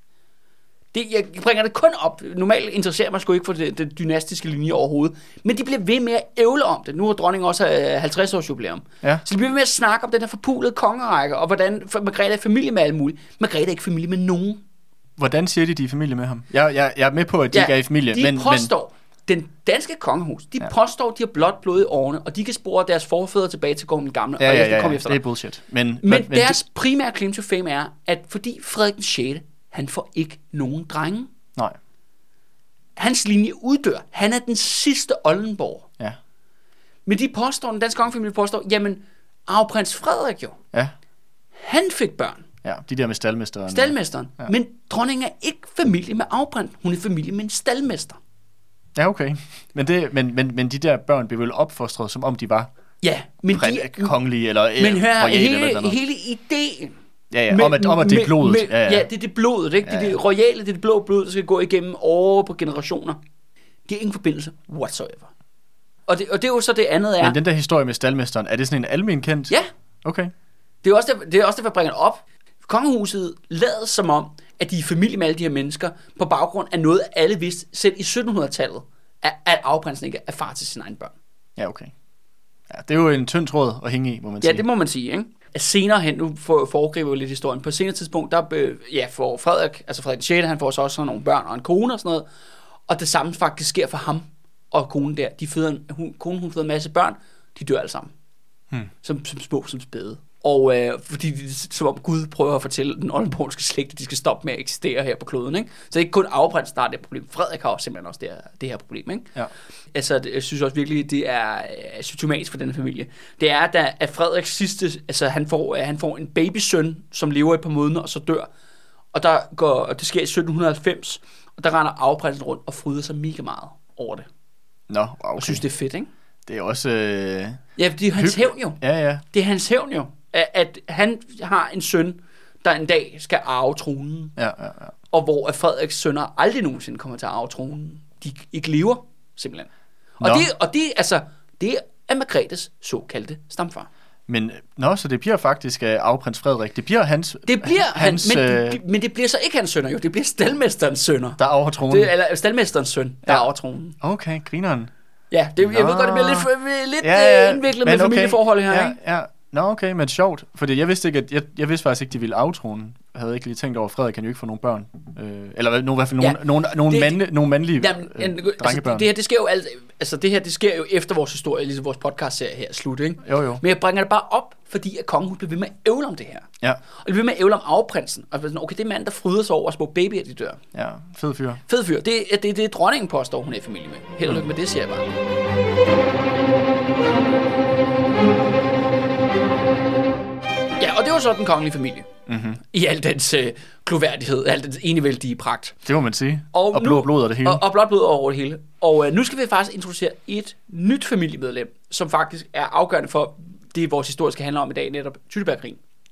Jeg bringer det kun op. Normalt interesserer mig sgu ikke for det dynastiske linje overhovedet. Men de bliver ved med at ævle om det. Nu har dronningen også 50 års jubilæum. Ja. Så de bliver ved med at snakke om den her forpulede kongerække, og hvordan Margrethe er familie med alle mulige. Margrethe er ikke familie med nogen. Hvordan siger de er familie med ham? Jeg er med på, at de ikke er i familie. De påstår, den danske kongehus, påstår, de har blot blod i årene, og de kan spore deres forfædre tilbage til kongen gamle. Ja, det er bullshit. Men deres primære claim to fame er, at fordi Frederik den 6., han får ikke nogen drenge. Nej. Hans linje uddør. Han er den sidste Oldenborg. Ja. Men de påstår, den danske kongefamilie påstår, jamen, arveprins Frederik jo. Ja. Han fik børn. Ja, de der med staldmesteren. Ja. Men dronningen er ikke familie med arveprins. Hun er familie med en staldmester. Ja, okay. Men de der børn blev vel opfostret, som om de var kongelige eller hele ideen. Ja, om at det er blodet. Ja, det er det blodet, ikke? Det er det royale, det er det blå blod, der skal gå igennem år på generationer. De har ingen forbindelse whatsoever. Og det er jo så det andet er... Men den der historie med staldmesteren, er det sådan en almen kendt? Ja. Okay. Det er også derfor, jeg bringer det op. Kongehuset lader som om, at de er i familie med alle de her mennesker, på baggrund af noget, alle vidste, selv i 1700-tallet, at arveprinsen ikke er far til sine egne børn. Ja, okay. Ja, det er jo en tynd tråd at hænge i, må man sige. Ja, det må man sige, ikke? Senere hen, nu foregriber vi lidt historien, på et senere tidspunkt, der får Frederik, altså Frederik 6., han får så også nogle børn og en kone og sådan noget, og det samme faktisk sker for ham og konen der. Konen føder en masse børn, de dør alle sammen. Som små, som spæde. Og fordi som om Gud prøver at fortælle den oldenborgske slægt, at de skal stoppe med at eksistere her på kloden, ikke? Så det er ikke kun arveprinsen, der har det problem. Frederik har også simpelthen også det her problem, ikke? Ja. Altså, jeg synes også virkelig, det er symptomatisk for denne familie. Det er, at Frederiks sidste, altså han får en babysøn, som lever i et par måneder, og så dør. Og det sker i 1790, og der render arveprinsen rundt og fryder sig mega meget over det. Nå, okay. Og synes, det er fedt, ikke? Det er også... Ja, det er hans hævn jo. Ja. Det er hans hævn jo. At han har en søn, der en dag skal arve tronen. Ja. Og hvor Frederiks sønner aldrig nogensinde kommer til at arve tronen. De ikke lever, simpelthen. Og det er Margrethes såkaldte stamfar. Men så det bliver faktisk arveprins Frederik. Det bliver hans... Det bliver men det bliver så ikke hans sønner jo. Det bliver staldmesterens sønner. Der arver tronen. Eller staldmesterens søn, der arver tronen. Okay, grineren. Ja, jeg ved godt, det bliver lidt indviklet med familieforhold her, ikke? Ja. Nå, okay, men sjovt. Fordi jeg vidste ikke, jeg vidste faktisk ikke, de ville aftrone. Jeg havde ikke lige tænkt over, at Frederik kan jo ikke få nogle børn. Eller i hvert fald nogle mandlige drengebørn. Det her, det sker jo det sker jo efter vores historie, ligesom vores podcast-serie her er slut, ikke? Jo. Men jeg bringer det bare op, fordi at kongehuset bliver ved med at ævle om det her. Ja. Og det bliver ved med at ævle om arveprinsen. Og okay, det er mand, der fryder sig over små babyer, de dør. Ja, fed fyr. Det er dronningen påstår, hun er i familie med. Held og lykke med det, siger jeg bare. Ja, og det var så den kongelige familie. Mm-hmm. I al dens gloværdighed, al dens enevældige pragt. Det må man sige. Og blod og det hele. Og blod over det hele. Og nu skal vi faktisk introducere et nyt familiemedlem, som faktisk er afgørende for det, vores historie skal handle om i dag, netop Tyttebergkrigen.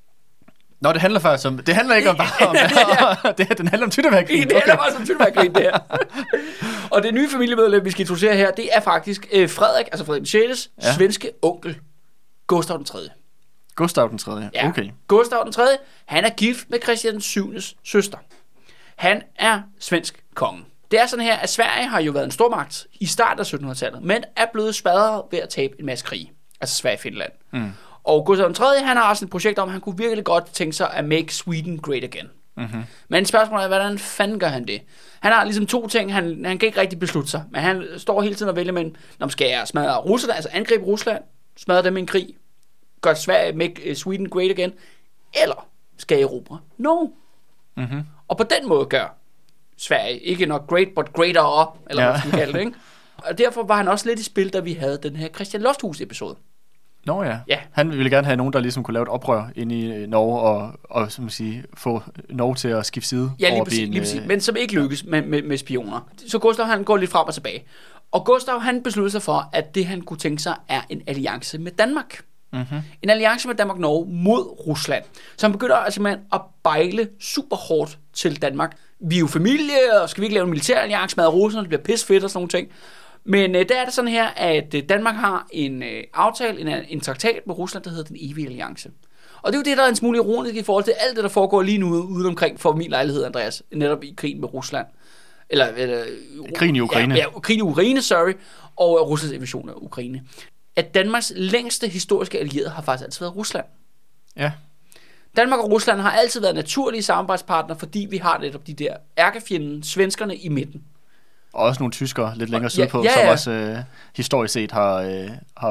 Nå, det handler faktisk om... Det handler ikke om bare om... Den handler om Tyttebergkrigen. Det handler faktisk om Tyttebergkrigen, det her. Og det nye familiemedlem, vi skal introducere her, det er faktisk Frederik, altså Frederik 6. Svenske onkel, Gustav 3. Gustav den 3. Ja. Okay. Gustav den 3. Han er gift med Christian 7. søster. Han er svensk konge. Det er sådan her, at Sverige har jo været en stormagt i starten af 1700-tallet, men er blevet smadret ved at tabe en masse krige. Altså Sverige og Finland. Mm. Og Gustav den 3. han har også et projekt om, at han kunne virkelig godt tænke sig at make Sweden great again. Mm-hmm. Men spørgsmålet er, hvordan fanden gør han det? Han har ligesom to ting, han kan ikke rigtig beslutte sig, men han står hele tiden og vælger mellem, når man skal smadre Rusland, altså angribe Rusland, smadre dem i en krig, gør Sverige make Sweden great again, eller skal Europa? No. Mm-hmm. Og på den måde gør Sverige ikke nok great, but greater up, eller hvad man skal kalde det, ikke? Og derfor var han også lidt i spil, da vi havde den her Christian Losthus-episode. Nå ja. Han ville gerne have nogen, der ligesom kunne lave et oprør ind i Norge, og som man siger, få Norge til at skifte side. Ja, lige præcis, men som ikke lykkes med spioner. Så Gustav, han går lidt frem og tilbage. Og Gustav, han besluttede sig for, at det, han kunne tænke sig, er en alliance med Danmark. Mm-hmm. En alliance med Danmark-Norge mod Rusland. Så han begynder altså at bejle super hårdt til Danmark. Vi er jo familie, og skal vi ikke lave en militær alliance med Rusland, det bliver pissefedt og sådan nogle ting. Men der er det sådan her, at Danmark har en aftale, en traktat med Rusland, der hedder den evige alliance. Og det er jo det, der er en smule ironisk i forhold til alt det, der foregår lige nu ude omkring for min lejlighed, Andreas, netop i krigen med Rusland. Eller krigen i Ukraine. Ja, krigen i Ukraine, og Ruslands invasion af Ukraine. At Danmarks længste historiske allierede har faktisk altid været Rusland. Ja. Danmark og Rusland har altid været naturlige samarbejdspartnere, fordi vi har netop de der ærkefjenden, svenskerne i midten. Og også nogle tyskere lidt længere sydpå, som også historisk set har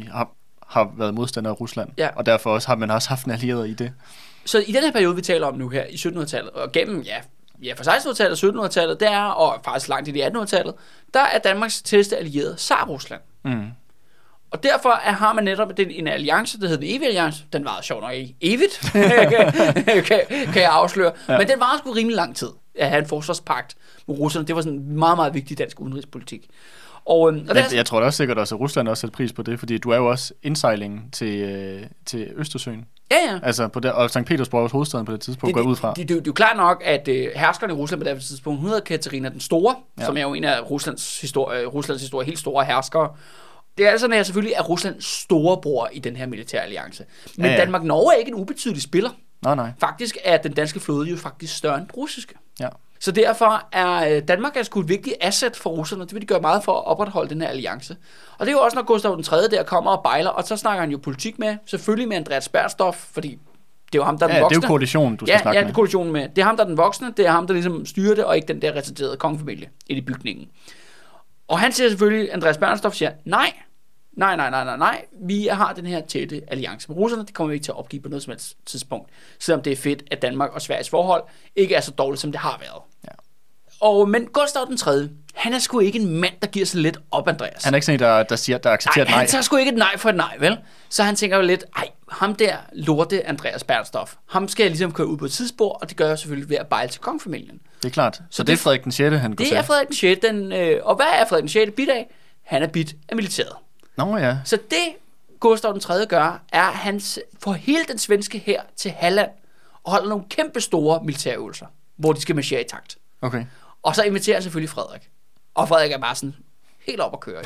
været modstandere af Rusland. Ja. Og derfor også har man også haft en allieret i det. Så i den her periode, vi taler om nu her, i 1700-tallet, og gennem, fra 1600-tallet og 1700-tallet, der og faktisk langt i 1800-tallet, der er Danmarks tætteste allierede Tsar-Rusland. Mm. Og derfor har man netop en alliance, der hedder den evige alliance. Den varede sjovt nok ikke evigt, kan jeg afsløre. Ja. Men den varede sgu rimelig lang tid at have en forsvarspagt med Rusland. Det var sådan en meget, meget vigtig dansk udenrigspolitik. Jeg tror da også sikkert også, at Rusland også sætter pris på det, fordi du er jo også indsejlingen til Østersøen. Ja. Altså og Sankt Petersborg er hovedstaden på det tidspunkt, går ud fra. Det er jo klart nok, at herskerne i Rusland på det tidspunkt, hun hedder Katarina den Store, som er jo en af Ruslands historie helt store herskere. Det er sådan, at selvfølgelig er Rusland storebror i den her militære alliance. Men Danmark-Norge er ikke en ubetydelig spiller. Nej. Faktisk er den danske flåde jo faktisk større end den russiske. Ja. Så derfor er Danmark sgu et vigtigt asset for russerne. Det vil de gøre meget for at opretholde den her alliance. Og det er jo også, når Gustav den 3. der kommer og bejler, og så snakker han jo politik med, selvfølgelig med Andreas Bernstorff, fordi det er jo ham, der er den voksne. Det er jo koalitionen, du skal snakke med. Ja, det er koalitionen med. Det er ham, der er den voksne, det er ham, der ligesom styrer det, og ikke den der retarderede kongefamilie ind i bygningen. Og han siger selvfølgelig, Andreas Bernstorff siger, nej, vi har den her tætte alliance med russerne, det kommer vi ikke til at opgive på noget som helst tidspunkt, selvom det er fedt, at Danmark og Sveriges forhold ikke er så dårligt, som det har været. Ja. Men Gustav den 3., han er sgu ikke en mand, der giver sig lidt op, Andreas. Han er ikke sådan en, der siger, der accepterer et nej. Han tager sgu ikke et nej for et nej, vel? Så han tænker jo lidt, ham der lorte Andreas Bernstorff, ham skal jeg ligesom køre ud på et tidsspor, og det gør jeg selvfølgelig ved at bejle til kongefamilien. Det er klart. Så det er Frederik den 6., han går til. Det er Frederik den 6., og hvad er Frederik den 6. bit af? Han er bit af militæret. Nå ja. Så det Gustav den 3. gør, er, at han får hele den svenske hær til Halland og holder nogle kæmpe store militærøvelser, hvor de skal marchere i takt. Okay. Og så inviterer han selvfølgelig Frederik. Og Frederik er bare sådan helt op at køre.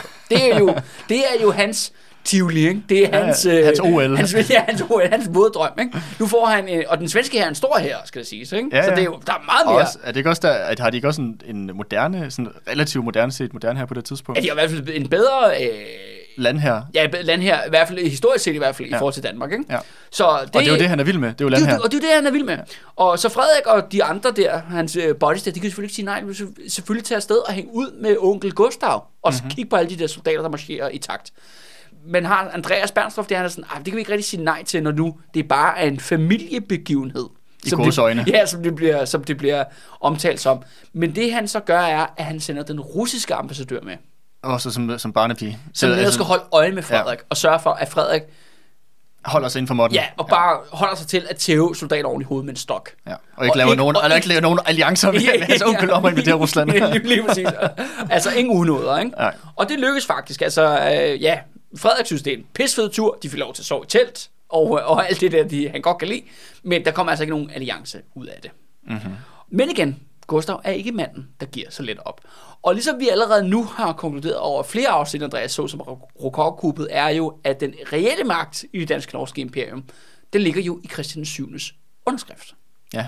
Det er jo hans Tivoli, ikke? Det er hans OL. Hans våddrøm, ikke? Nu får han, og den svenske her er en stor her, skal det siges, ikke? Ja. Så det er jo, der er meget mere. Også, er det ikke også har de ikke også en moderne, sådan relativt moderne her på det tidspunkt? Ja, de har i hvert fald en bedre landher. Ja, landher, i hvert fald historisk set i hvert fald i forhold til Danmark, ikke? Ja. Så og det er jo det, han er vild med. Det er jo landher. Og det er jo det, han er vild med. Ja. Og så Frederik og de andre der, hans buddies der, de kan selvfølgelig ikke sige nej, de vil selvfølgelig tage afsted og hænge ud med onkel Gustav og kigge på alle de der soldater, der marcherer i takt. Men har Andreas Bernstorff, det er sådan, det kan vi ikke rigtig sige nej til, når nu det bare er en familiebegivenhed. I gåseøjne. Ja, som det bliver omtalt som. Men det han så gør er, at han sender den russiske ambassadør med. Også som barnepige. Så skal holde øje med Frederik og sørge for, at Frederik holder sig inden for måtten. Ja, og bare holder sig til at tæve soldater oven i hovedet med en stok. Ja. Og ikke laver nogen alliancer med hans onkel om at invitere Rusland. Lige præcis. Altså ingen unåder, ikke? Nej. Og det lykkes faktisk. Altså, Frederik synes, det er en pisfed tur. De får lov til at sove i telt, og alt det der, han godt kan lide. Men der kommer altså ikke nogen alliance ud af det. Mm-hmm. Men igen, Gustav er ikke manden, der giver så let op. Og ligesom vi allerede nu har konkluderet over flere afsnit, Andreas, så som Rokokokuppet, er jo, at den reelle magt i det dansk-norske imperium, den ligger jo i Christian 7's underskrift. Ja.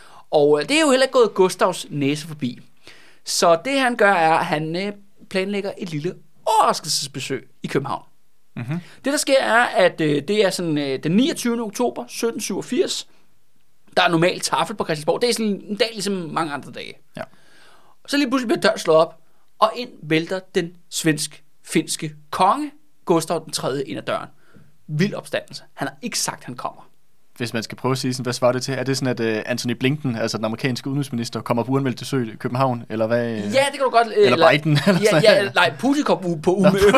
Og det er jo heller ikke gået Gustavs næse forbi. Så det han gør er, at han planlægger et lille overraskelsesbesøg i København. Mm-hmm. Det der sker er, at det er sådan den 29. oktober 1787. Der er normalt tafel på Christiansborg. Det er sådan en dag ligesom mange andre dage. Ja. Så lige pludselig bliver døren slået op, og ind vælter den svensk-finske konge, Gustav den 3. ind ad døren. Vild opstandelse. Han har ikke sagt, at han kommer. Hvis man skal prøve at sige sådan, hvad svarer det til? Er det sådan, at Antony Blinken, altså den amerikanske udenrigsminister, kommer på uanmeldt besøg i København, eller hvad? Ja, det kan du godt. Eller Biden, eller sådan. Nej, Putin kom på uanmeldt.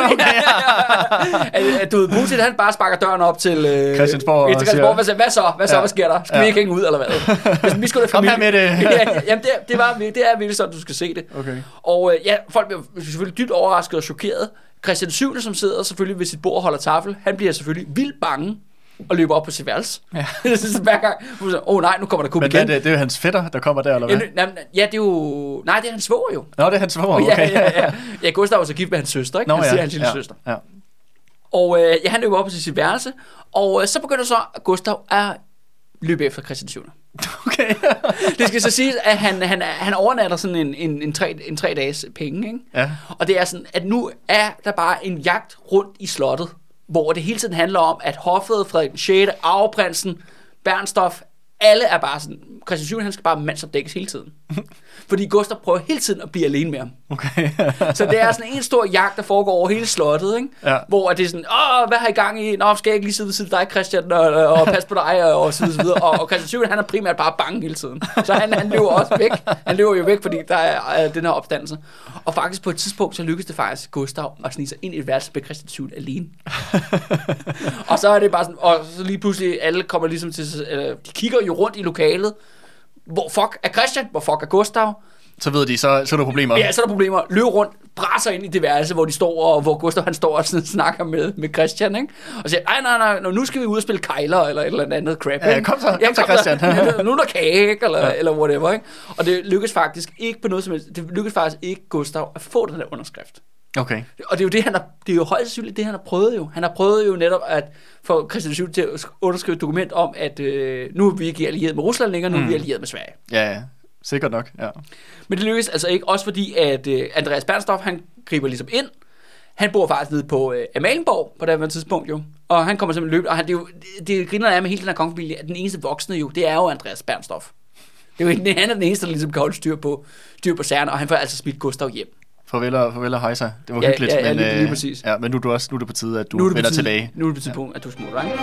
Du ved, Putin, han bare sparker døren op til Christiansborg. Hvad så? Hvad sker der? Skal vi ikke hænge ud, eller hvad? Vi skulle da kom her med det. Jamen, det er virkelig sådan, du skal se det. Okay. Og folk bliver selvfølgelig dybt overrasket og chokeret. Christian 7., som sidder selvfølgelig ved sit bord og holder tafel, han bliver selvfølgelig vildt bange og løber op på sit værelse. Ja. Hver gang. Nej, nu kommer der kub igen. Men det er jo hans fætter, der kommer der, eller hvad? Ja, det er jo... Nej, det er hans svoger jo. Nå, det er hans svoger, okay. Ja, Gustav var så gift med hans søster, ikke? Han siger hans lille søster. Ja. Og han løber op på sit værelse, og så begynder så Gustav at løbe efter Christian 7. Okay. Det skal så siges, at han overnatter sådan en 3 dages penge, ikke? Ja. Og det er sådan, at nu er der bare en jagt rundt i slottet, hvor det hele tiden handler om, at hoffet, Frederik 6., arveprinsen, Bernstorff, alle er bare sådan, Christian 7. han skal bare mandsopdækkes hele tiden. Fordi Gustav prøver hele tiden at blive alene med ham. Okay. Så det er sådan en stor jagt, der foregår over hele slottet, ikke? Ja. Hvor det er sådan, hvad har I gang i? Nå, skal jeg ikke lige sidde ved siden af dig, Christian, og passe på dig, og så videre. Og Christian 7. han er primært bare bange hele tiden. Så han løber også væk. Han løber jo væk, fordi der er den her opstandelse. Og faktisk på et tidspunkt, så lykkedes det faktisk Gustav at snige sig ind i et værelse med Christian 7. alene. Og så er det bare sådan, og så lige pludselig alle kommer ligesom til, de kigger jo rundt i lokalet. Hvor fuck er Christian? Hvor fuck er Gustav? Så ved de, så er der problemer. Ja, så er der problemer. Løb rundt, brasser ind i det værelse, hvor de står, og hvor Gustav han står og snakker med Christian, ikke? Og siger, nej, nu skal vi ud og spille kejler, eller et eller andet crap, ikke? Ja, kom så Christian. Nu er der kage, ikke? Eller whatever, ikke? Og det lykkedes faktisk ikke på noget som helst. Det lykkedes faktisk ikke Gustav at få den der underskrift. Okay. Og det er jo det er jo højst sandsynligt det, han har prøvet jo. Han har prøvet jo netop at få Christian 7. til at underskrive et dokument om, at nu er vi ikke allieret med Rusland længere, nu er vi allieret med Sverige. Ja, sikkert nok, ja. Men det lykkedes altså ikke, også fordi at Andreas Bernstorff, han griber ligesom ind. Han bor faktisk nede på Amalienborg på det tidspunkt jo. Og han kommer simpelthen løbet, og det griner af med hele den her kongefamilie, at den eneste voksne jo, det er jo Andreas Bernstorff. Det er jo ikke, han er den eneste, der ligesom kan holde styr på sagerne, og han får altså smidt Gustav hjem. Farvel og hejsa. Det var hyggeligt, men lige præcis. Ja, men nu er det på tide, at du vender tilbage. Nu er det på tide, at du smutter, ikke?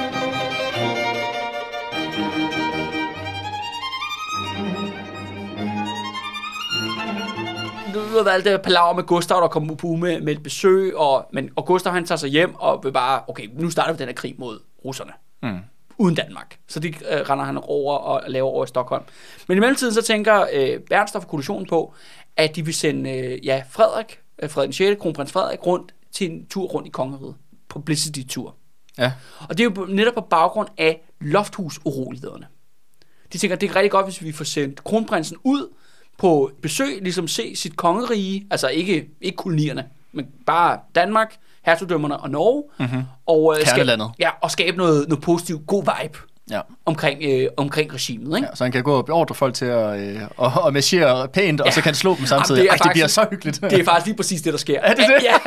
Nu har været alt det palaver med Gustav, der kommer på med et besøg, og Gustav han tager sig hjem og vil bare, okay, nu starter vi den her krig mod russerne. Uden Danmark. Så de render han over og laver over i Stockholm. Men i mellemtiden så tænker Bernstorff og koalitionen på, at de vil sende Frederik 6., kronprins Frederik, rundt til en tur rundt i kongeriget. Publicity-tur. Ja. Og det er jo netop på baggrund af Lofthus-urolighederne. De tænker, at det er rigtig godt, hvis vi får sendt kronprinsen ud på besøg, ligesom se sit kongerige, altså ikke kolonierne, men bare Danmark, hertugdømmerne og Norge, og skabe noget positivt, god vibe omkring regimet. Ikke? Ja, så han kan gå og beordre folk til at marchere pænt, og så kan han slå dem samtidig. Det bliver så hyggeligt. Det er faktisk lige præcis det, der sker. Er det det? Ja.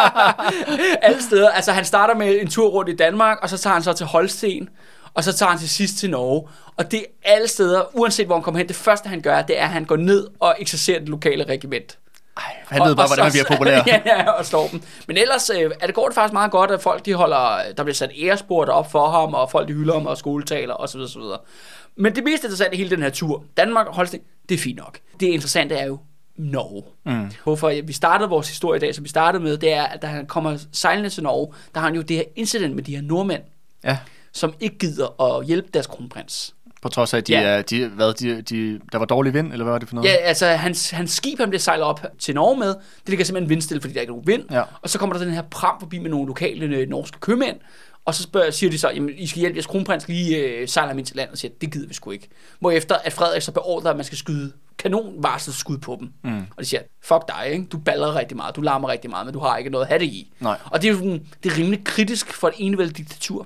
Alle steder. Altså han starter med en tur rundt i Danmark, og så tager han så til Holsten, og så tager han til sidst til Norge. Og det er alle steder, uanset hvor han kommer hen, det første han gør, det er, at han går ned og eksercerer det lokale regiment. Han ved bare, hvordan han bliver populær. Ja, og slår dem. Men ellers går det faktisk meget godt, at folk der bliver sat æresport op for ham, og folk de hylder ham, og skoletaler, osv. Men det mest interessante i hele den her tur, Danmark og Holsten, det er fint nok. Det interessante er jo Norge. Hvorfor vi startede vores historie i dag, som vi startede med, det er, at da han kommer sejlende til Norge, der har han jo det her incident med de her nordmænd, som ikke gider at hjælpe deres kronprins. På trods af, at der var dårlig vind, eller hvad var det for noget? Ja, altså hans skib, han bliver sejlet op til Norge med, det ligger simpelthen vindstille, fordi der ikke er nogen vind, og så kommer der den her pram forbi med nogle lokale norske købmænd, og så siger de så, jamen I skal hjælpe jeres kronprins lige sejle ham ind til land, og siger, det gider vi sgu ikke. Hvorefter at Frederik så beordrer, at man skal skyde kanonvarselsskud på dem. Og de siger, fuck dig, ikke? Du baller rigtig meget, du larmer rigtig meget, men du har ikke noget at have det i. Nej. Og det er jo sådan, det er rimelig kritisk for et enevældigt diktatur.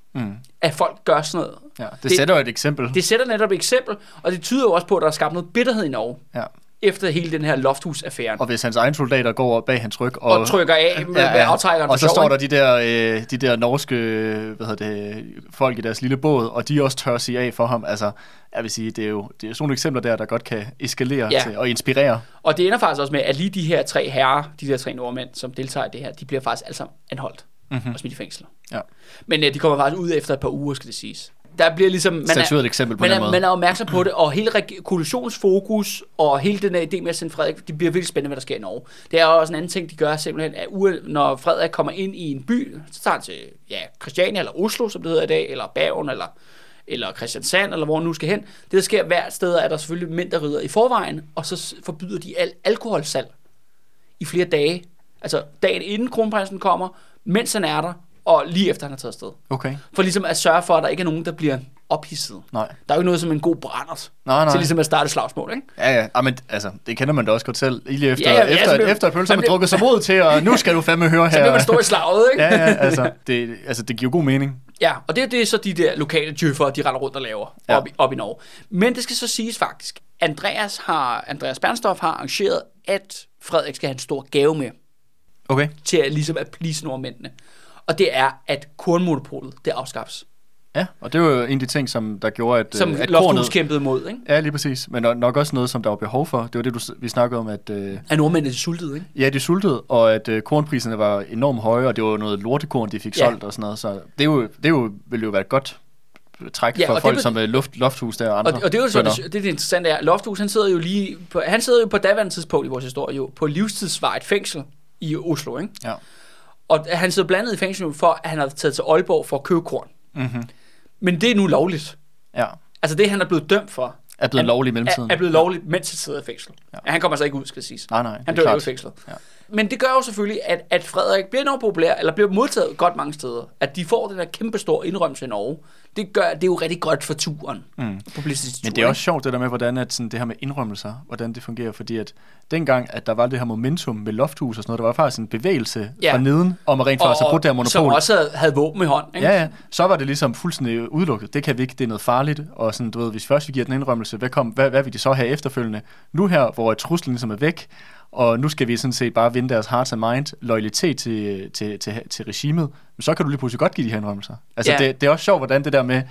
At folk gør sådan noget. Ja, det sætter jo et eksempel. Det sætter netop et eksempel, og det tyder jo også på, at der er skabt noget bitterhed i Norge. Ja. Efter hele den her Lofthus-affæren. Og hvis hans egen soldater går bag hans ryg og trykker af med aftrækkeren. Og så står der de der norske folk i deres lille båd, og de også tør sige af for ham. Altså, jeg vil sige, det er jo sådan nogle eksempler der godt kan eskalere til og inspirere. Og det ender faktisk også med, at lige de her 3 herrer, de der 3 nordmænd, som deltager i det her, de bliver faktisk alle sammen anholdt og smidt i fængsel. Ja. Men de kommer faktisk ud efter et par uger, skal det siges. Der bliver ligesom man er opmærksom på det, og hele koalitionsfokus og hele den her idé med at sende Frederik, det bliver virkelig spændende, hvad der sker i Norge. Det er også en anden ting, de gør simpelthen, at når Frederik kommer ind i en by, så tager han til Christiania eller Oslo, som det hedder i dag, eller Bergen eller Kristiansand, eller hvor han nu skal hen. Det der sker hvert sted, er der selvfølgelig mænd, der rider i forvejen, og så forbyder de alkoholsalg i flere dage. Altså dagen inden kronprinsen kommer, mens han er der, og lige efter han er taget afsted. Okay. For ligesom at sørge for, at der ikke er nogen, der bliver ophidset. Nej. Der er jo ikke noget som en god brændert til ligesom at starte slagsmål, ikke? Ja, men altså, det kender man da også godt selv. Lige efter pølser man drukket sig mod til, og nu skal du fandme høre her. Så bliver man stå i slaget, ikke? Det giver god mening. Ja, og det er så de der lokale djøffere, de render rundt og laver op i Norge. Men det skal så siges faktisk, Andreas Bernstorff har arrangeret, at Frederik skal have en stor gave med. Okay. Til at ligesom at please nordmændene. Og det er, at kornmonopolet, det afskaffes. Ja, og det var jo en af de ting, som der gjorde, at som Lofthus kæmpede mod, ikke? Ja, lige præcis. Men nok også noget, som der var behov for. Det var det, vi snakkede om, at nordmændene sultede, ikke? Ja, de sultede, og at kornpriserne var enormt høje, og det var noget lortekorn, de fik solgt og sådan noget. Så det ville jo være et godt træk for folk som Lofthus der og andre. Og det er jo så det interessante er, Lofthus, han sidder jo på daværende tidspunkt i vores historie jo på livstidsvarigt fængsel i Oslo, ikke? Ja. Og han sidder blandet i fængsel for, at han har taget til Aalborg for at købe korn. Mm-hmm. Men det er nu lovligt. Ja. Altså det, han er blevet dømt for, er blevet lovligt i mellemtiden. Er blevet lovligt, mens han sidder i fængsel. Ja. Han kommer altså ikke ud, skal det siges. Nej, han dør jo i fængslet. Ja. Men det gør jo selvfølgelig, at Frederik bliver enormt populær, eller bliver modtaget godt mange steder. At de får den der kæmpe store indrømmelse i Norge. Det er jo rigtig godt for turen. Men det er også sjovt det der med, hvordan at sådan, det her med indrømmelser, hvordan det fungerer, fordi at dengang, at der var det her momentum med Lofthus og sådan noget, der var faktisk en bevægelse fra neden, om at rent faktisk have brudt det her monopol. Som også havde våben i hånd, ikke? Ja, så var det ligesom fuldstændig udelukket. Det kan vi ikke, det er noget farligt, og sådan, du ved, hvis først vi giver den indrømmelse, hvad vil de så have efterfølgende? Nu her, hvor truslen ligesom er væk, og nu skal vi sådan set bare vinde deres hearts and mind, loyalitet til regimet, men så kan du lige pludselig godt give de her indrømmelser. Altså det er også sjovt, hvordan det der med,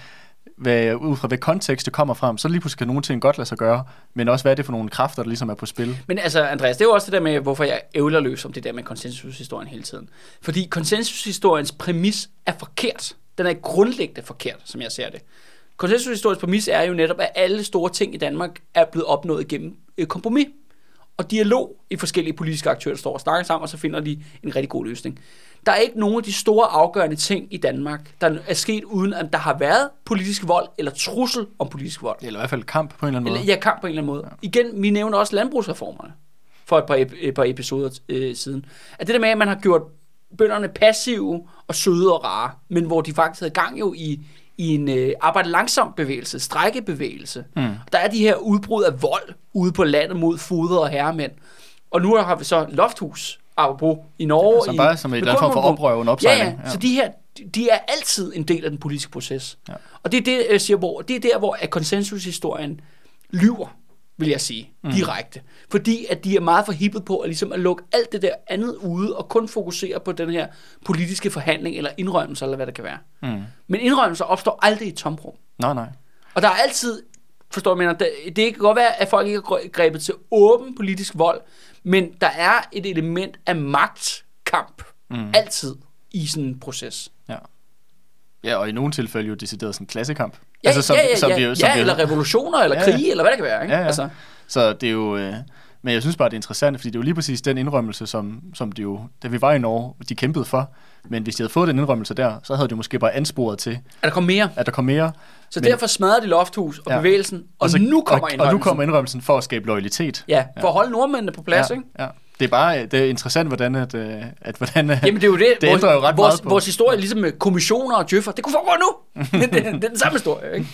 ud fra hvad kontekst det kommer frem, så lige pludselig kan nogle ting godt lade sig gøre, men også hvad er det for nogle kræfter, der ligesom er på spil. Men altså, Andreas, det er jo også det der med, hvorfor jeg ævler løs om det der med konsensushistorien hele tiden. Fordi konsensushistoriens præmis er forkert. Den er grundlæggende forkert, som jeg ser det. Konsensushistoriens præmis er jo netop, at alle store ting i Danmark er blevet opnået gennem et kompromis og dialog i forskellige politiske aktører, der står og snakker sammen, og så finder de en rigtig god løsning. Der er ikke nogen af de store afgørende ting i Danmark, der er sket uden, at der har været politisk vold eller trussel om politisk vold. Eller i hvert fald kamp på en eller anden måde. Ja, kamp på en eller anden måde. Ja. Igen, vi nævner også landbrugsreformerne for et par episoder siden. At det der med, at man har gjort bønderne passive og søde og rare, men hvor de faktisk havde gang jo i en arbejde langsom bevægelse, strækkebevægelse. Der er de her udbrud af vold ude på landet mod foder og herremænd. Og nu har vi så Lofthus i Norge. Som bare som et eller andet form for oprør og en opsejling. Ja. Så de er altid en del af den politiske proces. Ja. Og det er det, jeg siger, det er der, hvor konsensushistorien lyver, vil jeg sige, direkte. Fordi at de er meget forhippet på at lukke alt det der andet ude, og kun fokusere på den her politiske forhandling, eller indrømmelser, eller hvad det kan være. Men indrømmelser opstår aldrig i et tomrum. Nej. Og der er altid, forstår jeg, det kan godt være, at folk ikke har grebet til åben politisk vold, men der er et element af magtkamp, altid i sådan en proces. Ja, og i nogle tilfælde jo decideret sådan en klassekamp. Eller revolutioner, eller krige, eller hvad det kan være. Ikke? Ja. Altså. Så det er jo... men jeg synes bare, det er interessant, fordi det er jo lige præcis den indrømmelse, som de jo, da vi var i Norge, de kæmpede for. Men hvis de havde fået den indrømmelse der, så havde de måske bare ansporet til... At der kom mere. Så derfor smadrede de Lofthus og bevægelsen, og nu kommer indrømmelsen. Og nu kommer indrømmelsen for at skabe loyalitet. Ja, for at holde nordmændene på plads, ikke? Ja. Det er interessant, hvordan Jamen det er jo det ændrer jo ret meget på. Vores historie, ligesom med kommissioner og djøffer, det kunne foregå nu. det er den samme historie, ikke?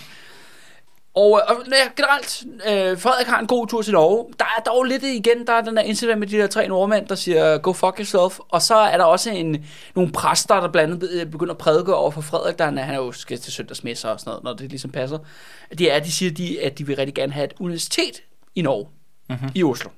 Og generelt, Frederik har en god tur til Norge. Der er dog lidt igen, der er den der incident med de der 3 nordmænd, der siger, go fuck yourself. Og så er der også nogle præster, der blandt andet begynder at prædike over for Frederik, der han jo skal til søndagsmesser og sådan noget, når det ligesom passer. De siger, at de vil rigtig gerne have et universitet i Norge, i Oslo.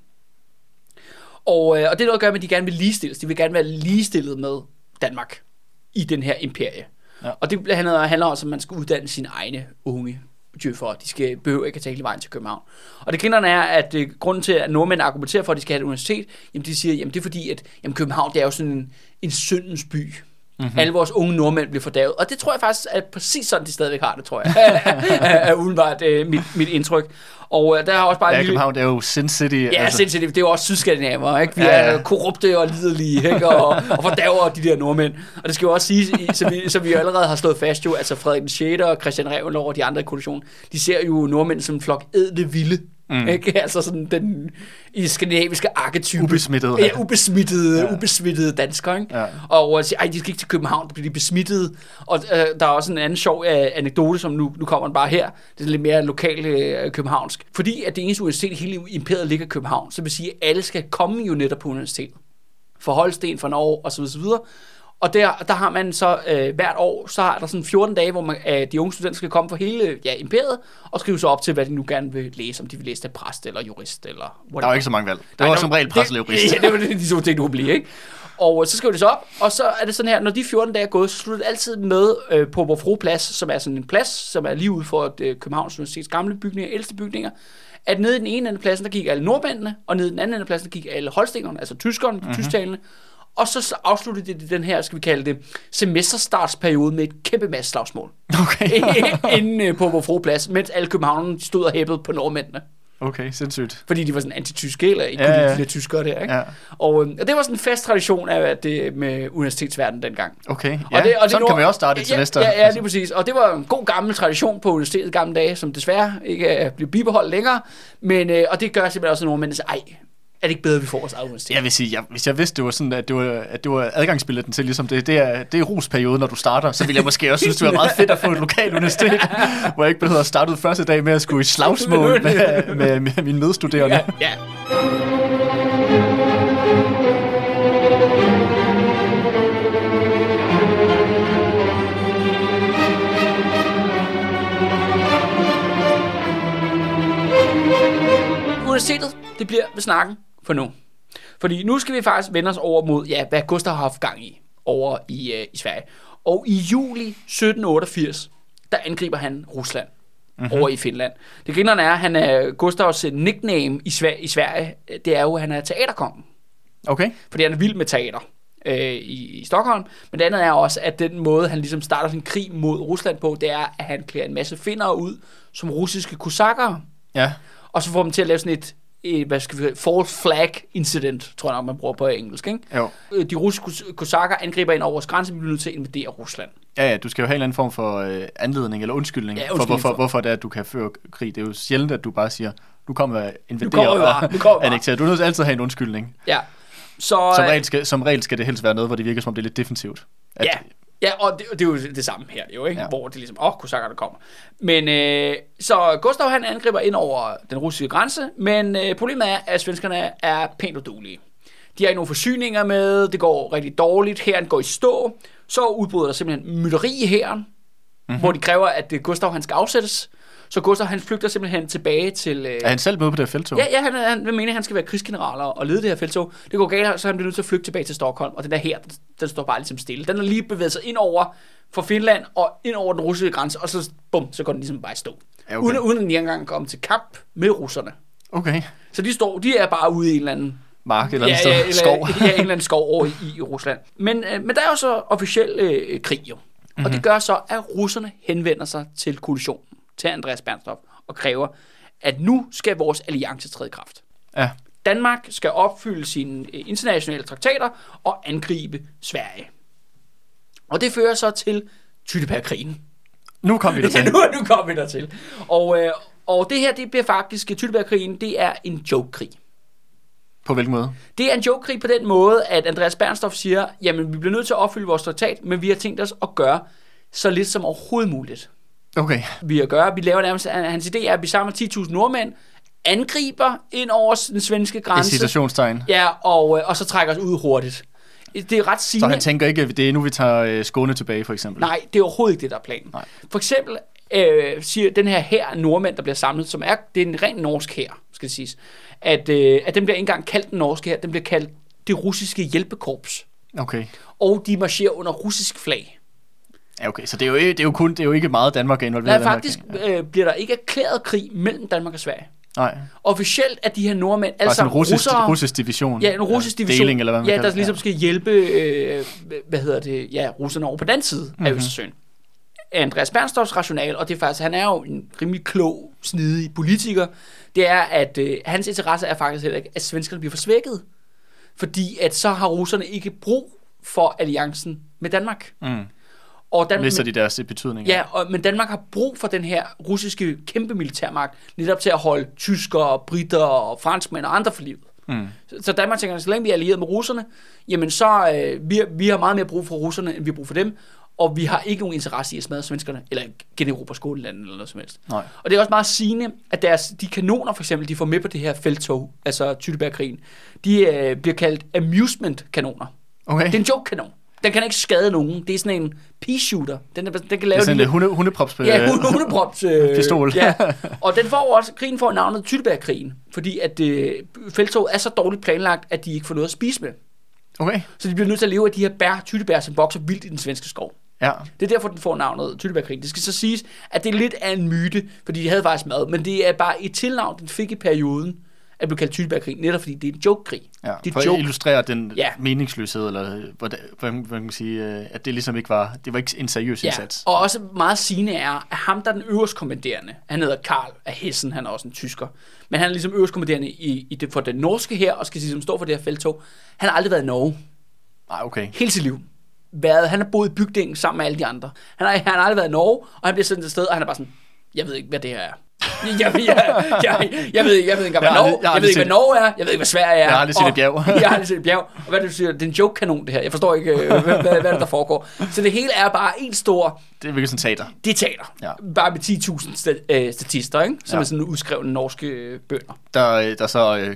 Og det er noget at gøre med, at de gerne vil ligestilles. De vil gerne være ligestillet med Danmark i den her imperie. Ja. Og det handler også om, at man skal uddanne sine egne unge djøffere. De behøver ikke at tage hele vejen til København. Og det grinderne er, at grunden til, at nordmænd argumenterer for, at de skal have et universitet, jamen de siger, jamen det er fordi, at København det er jo sådan en syndens by. Alle vores unge nordmænd bliver fordavet. Og det tror jeg faktisk er præcis sådan, de stadigvæk har det, tror jeg. er udenbart mit indtryk. Og der har også bare København, det er jo Sin City. Ja, Sin City, det er jo også sydskandinaver, ikke? Vi er korrupte og liderlige, ikke? Og fordaver de der nordmænd. Og det skal jo også sige, som vi allerede har slået fast jo, altså Frederik den 6. og Christian Reventlow og de andre i koalitionen, de ser jo nordmænd som en flok ædle vilde. Ikke? Altså sådan den i skandinaviske arketype. Ubesmittede dansker, ikke? Ja. Og siger, de skal ikke til København, der bliver de besmittede. Og der er også en anden sjov anekdote, som nu kommer den bare her. Det er lidt mere lokalt københavnsk. Fordi at det eneste universitet i hele imperiet ligger i København, så vil sige, at alle skal komme jo netop på universitetet. For Holsten, for Norge og så videre. Og der har man så hvert år, så er der sådan 14 dage, hvor de unge studenter skal komme fra hele imperiet, og skrive sig op til, hvad de nu gerne vil læse, om de vil læse til præst eller jurist, eller whatever. Der var ikke så mange valg. Der var som regel præst eller jurist. Ja, det var de to ting, du kunne blive, ikke? Og så skriver de så op, og så er det sådan her, når de 14 dage er gået, så slutter det altid med på Vor Frue Plads, som er sådan en plads, som er lige ude for Københavns Universitets gamle bygninger, ældste bygninger, at nede i den ene ende af pladsen, der gik alle nordmændene, og nede i den anden ende af pladsen, der gik alle holstenerne, altså tyskerne, tysktalende. Og så afsluttede de den her, skal vi kalde det, semesterstartsperiode med et kæmpe masse slagsmål. Okay. Inden på Vor Frue Plads, mens alle københavnerne stod og hæppede på nordmændene. Okay, sindssygt. Fordi de var sådan anti-tyske, eller ikke kunne lide de tyskere der, ikke? Ja. Og det var sådan en fast tradition af det med universitetsverdenen dengang. Okay, ja. Og sådan kan man også starte et semester. Ja, det er præcis. Og det var en god gammel tradition på universitetet gamle dage, som desværre ikke bliver bibeholdt længere. Men, og det gør simpelthen også, at nordmændene siger, Er det ikke bedre, at vi får vores eget universitet? Jeg vil sige, hvis jeg vidste, det var sådan, at det var adgangsbilletten til, ligesom det er rusperioden, når du starter, så ville jeg måske også synes, det var meget fedt at få et lokalt universitet, hvor jeg ikke behøver at starte ud første dag med at skulle i slagsmål med mine medstuderende. Ja. Universitetet, det bliver ved snakken for nu. Fordi nu skal vi faktisk vende os over mod, hvad Gustav har haft gang i over i Sverige. Og i juli 1788, der angriber han Rusland over i Finland. Det grinerne er, han er Gustavs nickname i Sverige, det er jo, at han er teaterkongen. Okay. Fordi han er vild med teater i Stockholm. Men det andet er også, at den måde, han ligesom starter sin krig mod Rusland på, det er, at han klæder en masse finnere ud som russiske kosakker. Ja. Og så får dem til at lave sådan et false flag incident, tror jeg nok, man bruger på engelsk, ikke? Jo. De russiske kosakker angriber ind over vores grænse, vi bliver nødt til at invadere Rusland. Ja, du skal jo have en eller anden form for anledning eller undskyldning, for hvorfor det er, at du kan føre krig. Det er jo sjældent, at du bare siger, du kommer at invadere og annektere. Du er nødt til altid at have en undskyldning. Ja. Så, som regel skal det helst være noget, hvor det virker som om det er lidt defensivt. Ja, og det er jo det samme her, jo, ikke? Ja. Hvor det ligesom, kosakker, der kommer. Men så Gustav, han angriber ind over den russiske grænse, men problemet er, at svenskerne er pænt uduelige. De har ikke nogen forsyninger med, det går rigtig dårligt, hæren går i stå, så udbryder der simpelthen mytteri i hæren, hvor de kræver, at Gustav, han skal afsættes. Så Gustav, han flygter simpelthen tilbage til... Er han selv med på det her feltog? Ja, han vil mene, at han skal være krigsgeneral og lede det her feltog. Det går galt, så han bliver nødt til at flygte tilbage til Stockholm, og den der her, den står bare ligesom stille. Den er lige bevæget sig ind over fra Finland og ind over den russiske grænse, og så bum, så går den ligesom bare i stå. Ja, okay. Uden at de engang komme til kamp med russerne. Okay. Så de er bare ude i en eller anden... mark eller andet skov. Ja, en eller anden skov over i Rusland. Men der er jo så officiel krig jo. Og det gør så, at russerne henvender sig til koalitionen, til Andreas Bernstorff, og kræver, at nu skal vores alliance træde i kraft. Ja. Danmark skal opfylde sine internationale traktater og angribe Sverige. Og det fører så til Tyttebergkrigen. Nu kommer vi dertil. Nu kommer vi dertil. Og det her, det bliver faktisk, Tyttebergkrigen, det er en joke-krig. På hvilken måde? Det er en joke-krig på den måde, at Andreas Bernstorff siger, jamen vi bliver nødt til at opfylde vores traktat, men vi har tænkt os at gøre så lidt som overhovedet muligt. Okay. Vi laver nærmest, hans idé er, at vi samler 10.000 nordmænd, angriber ind over den svenske grænse. I citationstegn. Ja, og så trækker os ud hurtigt. Det er ret sigende. Så han tænker ikke, at det er nu, vi tager Skåne tilbage, for eksempel? Nej, det er overhovedet ikke det, der er planen. Nej. For eksempel siger den her hær nordmænd, der bliver samlet, det er en ren norsk hær, skal det siges, at den bliver ikke engang kaldt den norske hær, den bliver kaldt det russiske hjælpekorps. Okay. Og de marcherer under russisk flag. Ja, okay, så det er jo ikke meget Danmark er involveret. Nej, faktisk bliver der ikke erklæret krig mellem Danmark og Sverige. Nej. Officielt er de her nordmænd alle sammen russere. En russisk division. Ja, en russisk division. Deling, eller hvad man der ligesom skal hjælpe russerne over på den side af Østersøen. Andreas Bernstorffs rationale, og det er faktisk, han er jo en rimelig klog, snidig politiker, det er, at hans interesse er faktisk heller ikke, at svenskerne bliver forsvækket. Fordi at så har russerne ikke brug for alliancen med Danmark. Og mister de deres betydning. Ja, men Danmark har brug for den her russiske kæmpe militærmagt, netop til at holde tyskere, britter og franskmænd og andre for livet. Så Danmark tænker, så længe vi er allieret med russerne, jamen så vi har meget mere brug for russerne, end vi har brug for dem, og vi har ikke nogen interesse i at smadre svenskerne, eller generobre Skånelandet, eller noget som helst. Nej. Og det er også meget sigende, at de kanoner, for eksempel, de får med på det her felttog, altså Tyttebergkrigen, de bliver kaldt amusement-kanoner. Okay. Det er en joke-kanon. Den kan ikke skade nogen. Det er sådan en pea-shooter. Den kan lave det er sådan en hundeprops pistol. Ja. Og krigen får navnet Tyttebergkrigen, fordi at felttoget er så dårligt planlagt, at de ikke får noget at spise med. Okay. Så de bliver nødt til at leve af de her tyttebær, som vokser vildt i den svenske skov. Ja. Det er derfor, den får navnet Tyttebergkrigen. Det skal så siges, at det er lidt af en myte, fordi de havde faktisk mad, men det er bare et tilnavn, den fik i perioden, at blive kaldt Tyttebergkrigen, netop fordi det er en joke-krig. Ja, for at illustrere den meningsløshed, eller hvordan man kan sige, at det ligesom ikke var, det var ikke en seriøs indsats. Og også meget sigende er, at ham, der er den øverstkommanderende, han hedder Karl af Hessen, han er også en tysker, men han er ligesom øverstkommanderende for den norske her, og skal ligesom stå for det her felttog. Han har aldrig været i Norge. Nej, okay. Hele sit liv. Han har boet i bygningen sammen med alle de andre. Han har aldrig været i Norge, og han bliver sendt et sted, og han er bare sådan, Jeg ved ikke, hvad det her er. Jeg ved ikke engang, hvad Norge er. Jeg ved ikke, hvad Sverige er. Jeg har aldrig set et bjerg. Jeg har aldrig set et bjerg. Og hvad det siger, det er en joke-kanon, det her. Jeg forstår ikke, hvad der foregår. Så det hele er bare en stor... Det er virkelig sådan teater. Det er teater. Ja. Bare med 10.000 statister, ikke? Som er sådan udskrevne norske bønder. Der så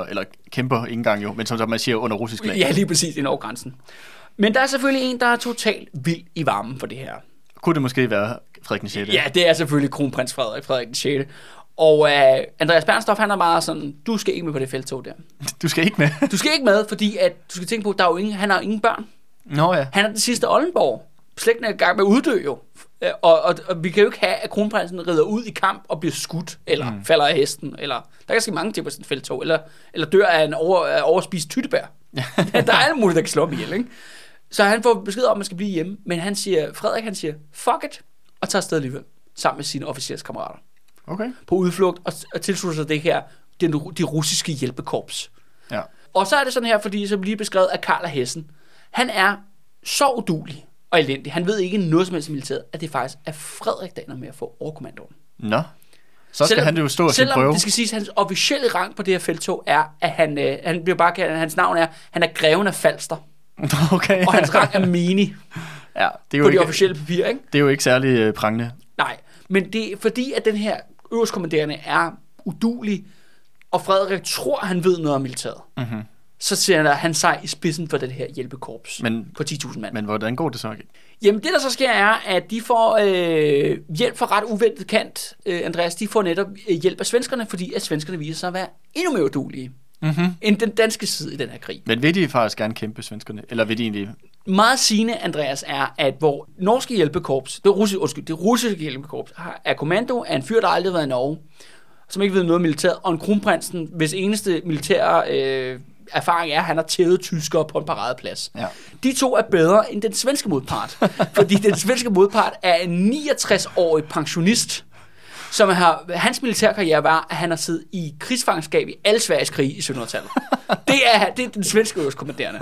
kæmper ikke engang jo, men som man siger under russisk lag. Ja, lige præcis i Norge-grænsen. Men der er selvfølgelig en, der er totalt vild i varmen for det her. Kunne det måske være Frederik den 6? Ja, det er selvfølgelig kronprins Frederik den 6. Og Andreas Bernstorff, han er bare sådan, du skal ikke med på det felttog der. Du skal ikke med? Du skal ikke med, fordi at, du skal tænke på, han har jo ingen børn. Nå ja. Han er den sidste Oldenborg. Slægten er i gang med at uddø jo. Og vi kan jo ikke have, at kronprinsen rider ud i kamp og bliver skudt, eller falder af hesten, eller der kan ske mange ting på sådan et felttog, eller dør af en overspist tyttebær. Der er alle mulige, der kan slå ham ihjel, ikke? Så han får besked om, at man skal blive hjemme, men Frederik siger, fuck it, og tager afsted alligevel, sammen med sine officerskammerater. Okay. På udflugt, og tilslutter sig det her, de russiske hjælpekorps. Ja. Og så er det sådan her, fordi som lige beskrevet af Karl af Hessen, han er så uduelig og elendig, han ved ikke noget som helst i militæret, at det faktisk er Frederik, der ender med at få overkommandoen. Nå, så skal han jo stå og sin prøve. Selvom det skal siges, at hans officielle rang på det her felttog er, at han bliver bare kaldt, hans navn er, han er greven af Falster. Okay. Og hans rang er mini. Ja, det er jo på ikke, de officielle papirer, ikke? Det er jo ikke særlig prangende. Nej, men det er fordi, at den her øverstkommanderende er uduelig, og Frederik tror, han ved noget om militæret. Mm-hmm. Så ser han sig i spidsen for det her hjælpekorps på 10.000 mand. Men hvordan går det så? Jamen det, der så sker, er, at de får hjælp fra ret uventet kant. Andreas, de får netop hjælp af svenskerne, fordi at svenskerne viser sig at være endnu mere udulige end den danske side i den her krig. Men vil de faktisk gerne kæmpe svenskerne? Eller vil de egentlig... Meget sigende, Andreas, er, at hvor norske hjælpekorps, det russiske hjælpekorps, er kommando af en fyr, der aldrig har været i Norge, som ikke ved noget om militæret, og en kronprinsen, hvis eneste militære erfaring er, at han har tævet tyskere på en paradeplads. Ja. De to er bedre end den svenske modpart, fordi den svenske modpart er en 69-årig pensionist, som hans militærkarriere var, at han har siddet i krigsfangenskab i alle Sveriges krige i 1700-tallet. Det er den svenske øverstkommanderende.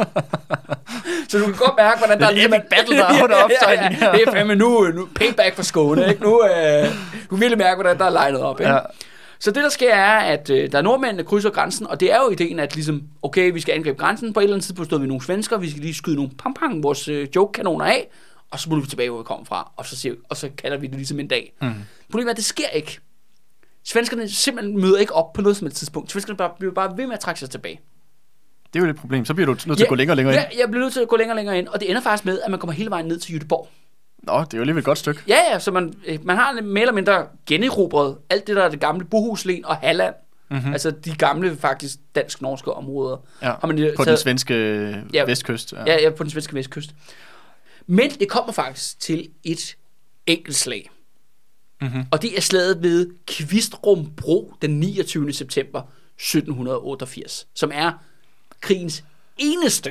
Så du kan godt mærke, hvordan der er en battle, der er under opsejling her. Det er fandme nu payback for Skåne, ikke? Nu du vil mærke, hvordan der er legnet op, ikke? Ja. Så det, der sker, er, at der er nordmændene krydser grænsen, og det er jo ideen, at ligesom, okay, vi skal angribe grænsen, på et eller andet tidspunkt stod vi nogle svensker, vi skal lige skyde nogle pang-pang, vores joke-kanoner af, og så smutter vi tilbage, hvor vi kommer fra, og så kalder vi det ligesom en dag. Problemet er, at det sker ikke. Svenskerne simpelthen møder ikke op på noget som et tidspunkt. Svenskerne bliver bare ved med at trække sig tilbage. Det er jo et problem. Så bliver du nødt til at gå længere og længere ind. Ja, jeg bliver nødt til at gå længere og længere ind, og det ender faktisk med, at man kommer hele vejen ned til Göteborg. Nå, det er jo alligevel et godt stykke. Ja, så man har mere eller mindre generobret alt det, der er det gamle Bohuslän og Halland. Mm-hmm. Altså de gamle, faktisk dansk-norske områder. Ja, har man på den svenske vestkyst. Ja, på den svenske vestkyst. Men det kommer faktisk til et enkelt slag. Mm-hmm. Og det er slaget ved Kvistrum Bro den 29. september 1788, som er krigens eneste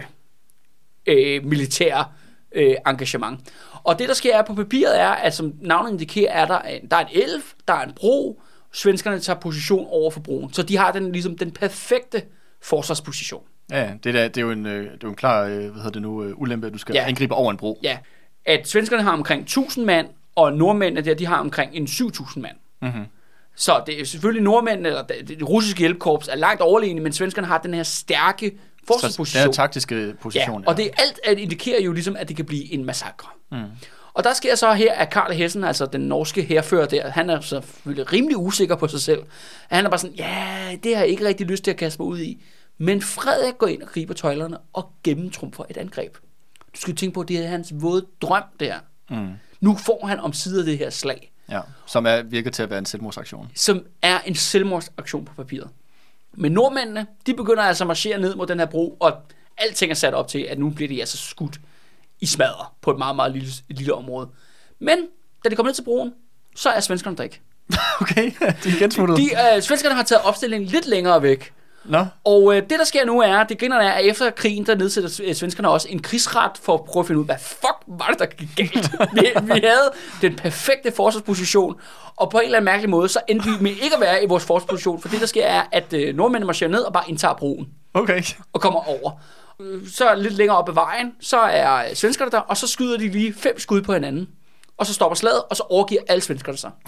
militære engagement. Og det, der sker på papiret, er, at som navnet indikerer, er der er en elv, der er en bro, svenskerne tager position over for broen. Så de har den perfekte forsvarsposition. Ja, det er jo en klar ulempe, at du skal angribe over en bro. Ja, at svenskerne har omkring 1000 mand, og nordmændene de har omkring en 7000 mand. Mm-hmm. Så det er selvfølgelig nordmændene, eller det russiske hjælpekorps er langt overlegne, men svenskerne har den her stærke forsvarsposition. Den taktiske position. Ja, og det alt indikerer jo ligesom, at det kan blive en massakre. Mm. Og der sker så her, at Karl af Hessen, altså den norske hærfører der, han er selvfølgelig rimelig usikker på sig selv. Han er bare sådan, det har jeg ikke rigtig lyst til at kaste mig ud i. Men Frederik går ind og griber tøjlerne og gennemtrumfer et angreb. Du skal tænke på, at det er hans våde drøm der. Mm. Nu får han omsider det her slag. Ja, som virker til at være en selvmordsaktion. Som er en selvmordsaktion på papiret. Men nordmændene, de begynder altså at marchere ned mod den her bro, og alting er sat op til, at nu bliver de altså skudt i smadre på et meget, meget lille område. Men da de kommer ned til broen, så er svenskerne der ikke. Okay, de er igen smuttet. Svenskerne har taget opstillingen lidt længere væk. Nå. Og det, der sker nu er, at efter krigen, der nedsætter svenskerne også en krigsret for at prøve at finde ud, hvad fuck var det, der gik galt? vi havde den perfekte forsvarsposition, og på en eller anden mærkelig måde, så endte vi med ikke at være i vores forsvarsposition, for det, der sker, er, at nordmændene marcherer ned og bare indtager broen. Okay. Og kommer over. Så lidt længere op ad vejen, så er svenskerne der, og så skyder de lige 5 skud på hinanden. og så stopper slaget, og så overgiver alle svenskerne sig.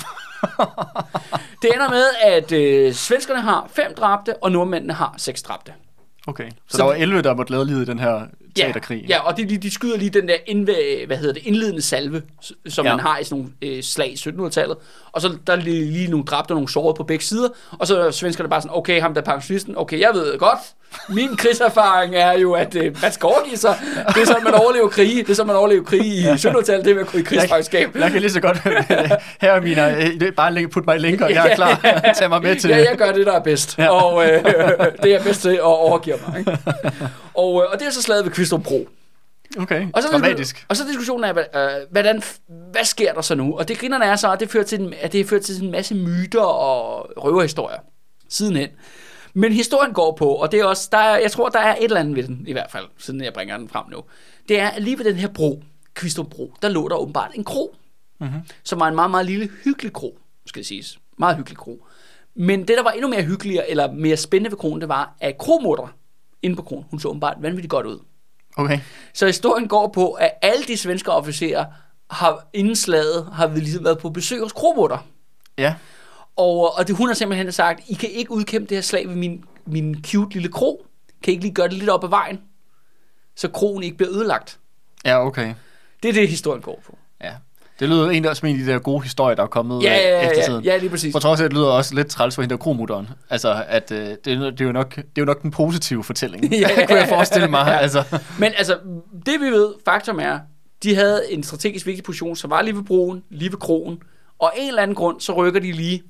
Det ender med, at svenskerne har 5 dræbte, og nordmændene har 6 dræbte. Okay, så der var 11, der måtte lade livet i den her teaterkrig. Ja, og de skyder lige den der indledende salve, som man har i sådan nogle slag i 1700-tallet. Og så der er lige nogle dræbte og nogle sårede på begge sider. Og så er svenskerne bare sådan, okay, ham der er pensionisten, okay, jeg ved godt. Min krigserfaring er jo, at man skal overgive sig. Det er sådan, man overlever krige. Det er sådan, man overlever krige i 1700-tallet. Det er med at gå i krigsfagskab. Jeg kan lige så godt her er mine, bare put mig i linker, jeg er klar. Tag mig med til. Ja, jeg gør det, der er bedst. Ja. Og det er jeg bedst til at overgive mig. Ikke? Og det er så slaget ved Kvistrup Bro. Okay, og så dramatisk. Og så diskussionen er, hvad sker der så nu? Og det grinerne er så, at det fører til en masse myter og røverhistorier sidenhen. Men historien går på, og det er også, jeg tror, der er et eller andet ved den, i hvert fald, siden jeg bringer den frem nu. Det er, at lige ved den her bro, Kvistrup Bro, der lå der åbenbart en kro, som var en meget, meget lille, hyggelig kro, skal det siges. Meget hyggelig kro. Men det, der var endnu mere hyggeligere, eller mere spændende ved kronen, det var, at kromutter inde på kronen, hun så åbenbart vanvittigt godt ud. Okay. Så historien går på, at alle de svenske officerer har inden slaget ligesom været på besøg hos kromutter. Ja. Og det, hun har simpelthen sagt, I kan ikke udkæmpe det her slag ved min cute lille kro. Kan I ikke lige gøre det lidt op ad vejen, så kroen ikke bliver ødelagt? Ja, okay. Det er det, historien går på. Ja. Det lyder egentlig også som en af de der gode historier, der er kommet efter tiden. Ja, lige præcis. For trods af, at det lyder også lidt træls for hende der kromutteren. Altså, at det er jo nok den positive fortælling. Kunne jeg forestille mig. Altså. Men altså, det vi ved, faktum er, de havde en strategisk vigtig position, som var lige ved broen, lige ved kroen, og af en eller anden grund, så rykker de lige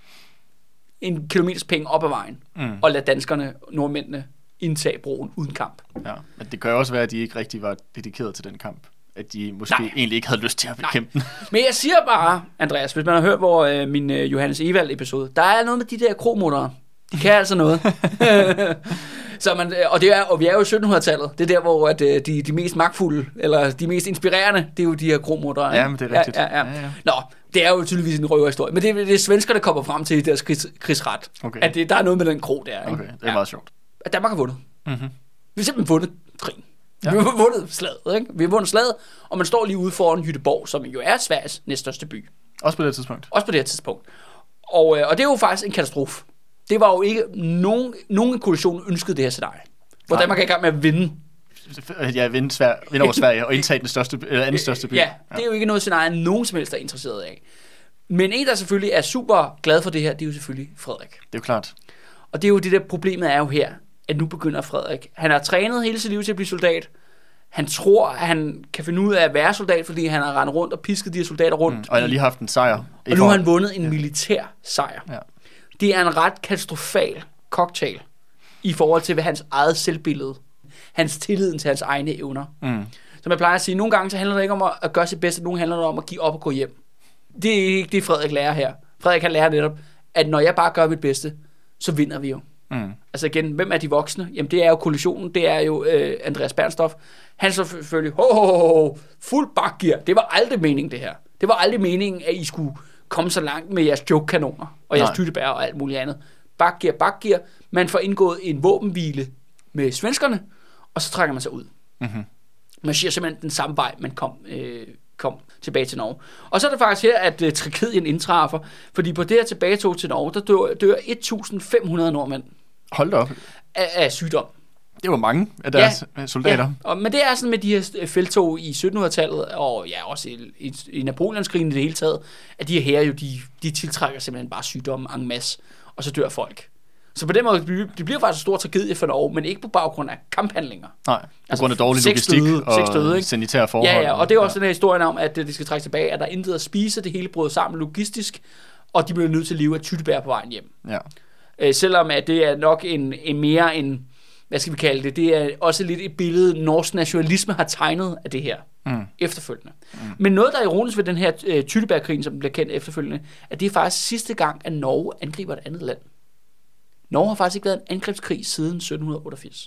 en kilometers penge op ad vejen, og lader danskerne, nordmændene, indtage broen uden kamp. Ja, men det kan jo også være, at de ikke rigtig var dedikeret til den kamp. At de måske egentlig ikke havde lyst til at bekæmpe den. Men jeg siger bare, Andreas, hvis man har hørt min Johannes Evald-episode, der er noget med de der kromutter. De kan altså noget. Og vi er jo i 1700-tallet. Det er der, hvor at, de mest magtfulde, eller de mest inspirerende, det er jo de her kromutter. Ja, men det er rigtigt. Ja. Nå, det er jo tydeligvis en røverhistorie. Men det er svenskerne, der kommer frem til i deres krigsret. Okay. At der er noget med den kro der. Ikke? Okay, det er meget sjovt. At Danmark har vundet. Vi har simpelthen vundet krigen. Ja. Vi har vundet slaget, ikke? Vi har vundet slaget, og man står lige ude foran Göteborg, som jo er Sveriges næststørste by. Også på det tidspunkt. Også på det her tidspunkt. Og det er jo faktisk en katastrofe. Det var jo ikke nogen koalition ønskede det her scenarie. Hvor Danmark er i gang med at vinde. Ja, vinde over Sverige og indtage den anden største by. Ja, det er jo ikke noget scenarie, nogen som helst er interesseret af. Men en, der selvfølgelig er super glad for det her, det er jo selvfølgelig Frederik. Det er jo klart. Og det er jo det der problemet er jo her, at nu begynder Frederik. Han har trænet hele sit liv til at blive soldat. Han tror, at han kan finde ud af at være soldat, fordi han har rendt rundt og pisket de her soldater rundt. Og han har lige haft en sejr. Og nu har han vundet en militær sejr. Ja. Det er en ret katastrofal cocktail i forhold til hans eget selvbillede. Hans tilliden til hans egne evner. Som jeg plejer at sige, nogle gange så handler det ikke om at gøre sit bedste, nogle handler det om at give op og gå hjem. Det er ikke det, Frederik lærer her. Frederik kan lære netop, at når jeg bare gør mit bedste, så vinder vi jo. Altså igen, hvem er de voksne? Jamen det er jo koalitionen, det er jo Andreas Bernstorff. Han så selvfølgelig, fuld bakgear. Det var aldrig meningen det her. Det var aldrig meningen, at I skulle komme så langt med jeres joke-kanoner og jeres tyttebær og alt muligt andet. Bakgear. Man får indgået en våbenhvile med svenskerne, og så trækker man sig ud. Man siger simpelthen den samme vej, man kom tilbage til Norge. Og så er det faktisk her, at tragedien indtræffer, fordi på det her tilbagetog til Norge, der dør 1.500 nordmænd. Hold da op. Af sygdom. Det var mange af deres soldater. Ja. Men det er sådan med de her felttog i 1700-tallet, og ja, også i Napoleonskrigen i det hele taget, at de her jo, de tiltrækker simpelthen bare sygdomme en masse, og så dør folk. Så på den måde, det bliver faktisk en stor tragedie for Norge, men ikke på baggrund af kamphandlinger. Nej, på grund af dårlig logistik og sanitære forhold. Ja, og det er også den her historie om, at de skal trække tilbage, at der er intet at spise, det hele bryder sammen logistisk, og de bliver nødt til at leve af tyttebær på vejen hjem. Ja. Selvom at det er nok en mere en, hvad skal vi kalde det, det er også lidt et billede, norsk nationalisme har tegnet af det her efterfølgende. Men noget, der er ironisk ved den her tyttebærkrigen, som bliver kendt efterfølgende, at det er faktisk sidste gang, at Norge angriber et andet land. Norge har faktisk ikke været en angrebskrig siden 1788.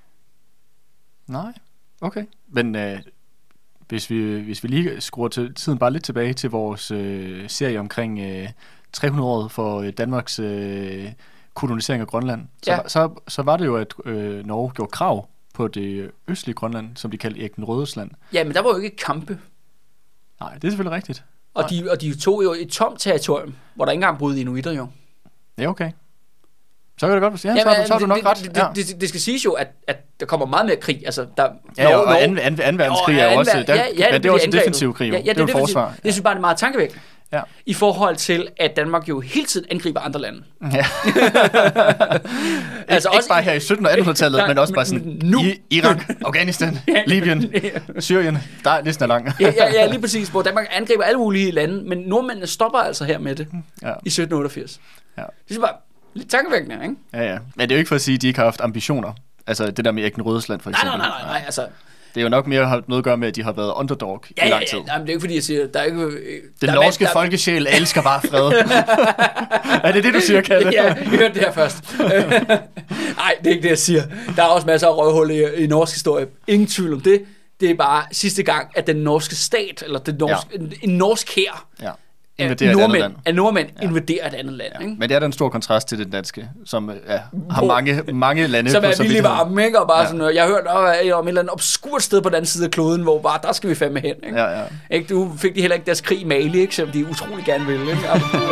Nej, okay. Men hvis vi lige skruer tiden bare lidt tilbage til vores serie omkring 300-året for Danmarks kolonisering af Grønland, så var det jo, at Norge gjorde krav på det østlige Grønland, som de kaldte Erik den Rødes land. Ja, men der var jo ikke kampe. Nej, det er selvfølgelig rigtigt. Og de tog jo et tomt territorium, hvor der ikke engang boede inuitter jo. Ja, okay. Så kan det godt sige, så har du nok ret. Det skal siges jo, at der kommer meget mere krig. Altså, og 2. verdenskrig er jo også... Men det er også en defensiv krig, jo. Det er jo forsvar. Jeg synes bare, det er meget tankevækkende. Ja. I forhold til, at Danmark jo hele tiden angriber andre lande. Ja. Altså ikke bare her i 1700- og 1800-tallet, men også bare sådan nu. Irak, Afghanistan, Libyen, Syrien. Der er listen er lang. ja, lige præcis, hvor Danmark angriber alle mulige lande, men nordmændene stopper altså her med det i 1788. Ja. Det er bare lidt tankevækkende, ikke? Ja. Men det er jo ikke for at sige, at de ikke har haft ambitioner. Altså det der med Ekken Rødsland for eksempel. Nej, altså... Det er jo nok mere noget at gøre med, at de har været underdog i lang tid. Ja, men det er ikke fordi, jeg siger, der er ikke... Den norske folkesjæl elsker bare fred. Er det det, du siger, Kalle? Ja, vi hørte det her først. Nej, det er ikke det, jeg siger. Der er også masser af røvhul i norsk historie. Ingen tvivl om det. Det er bare sidste gang, at den norske stat, eller en norsk hær, nordmænd invaderer et andet land. Ikke? Men det er da en stor kontrast til den danske, som har mange lande. Som er vildt varme, ikke? Og bare sådan, jeg har hørt om et eller andet obskurt sted på den anden side af kloden, hvor bare, der skal vi fandme hen. Ikke? Ja. Ikke? Du fik de heller ikke deres krig i Mali, ikke? Selvom de utrolig gerne ville. Ikke?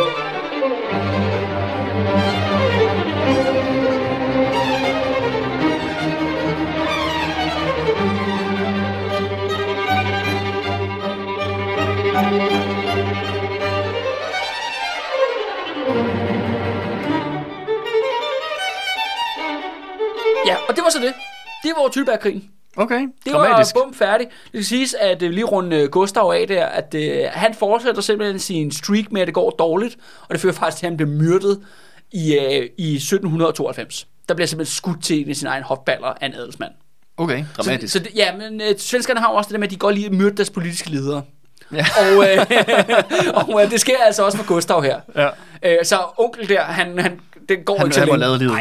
Ja, og det var så det. Det var Tylebergkrigen. Okay, det var bum færdig. Det kan siges, at lige rundt Gustav af der, at han fortsætter simpelthen sin streak med, at det går dårligt, og det fører faktisk til, at han bliver myrdet i 1792. Der bliver simpelthen skudt til sin egen hofballer af en adelsmand. Okay, dramatisk. Så men svenskerne har jo også det der med, at de går lige at myrde deres politiske ledere. Ja. Og det sker altså også for Gustav her. Ja. Så onkel der, han det går ikke så længe. Han må lade livet.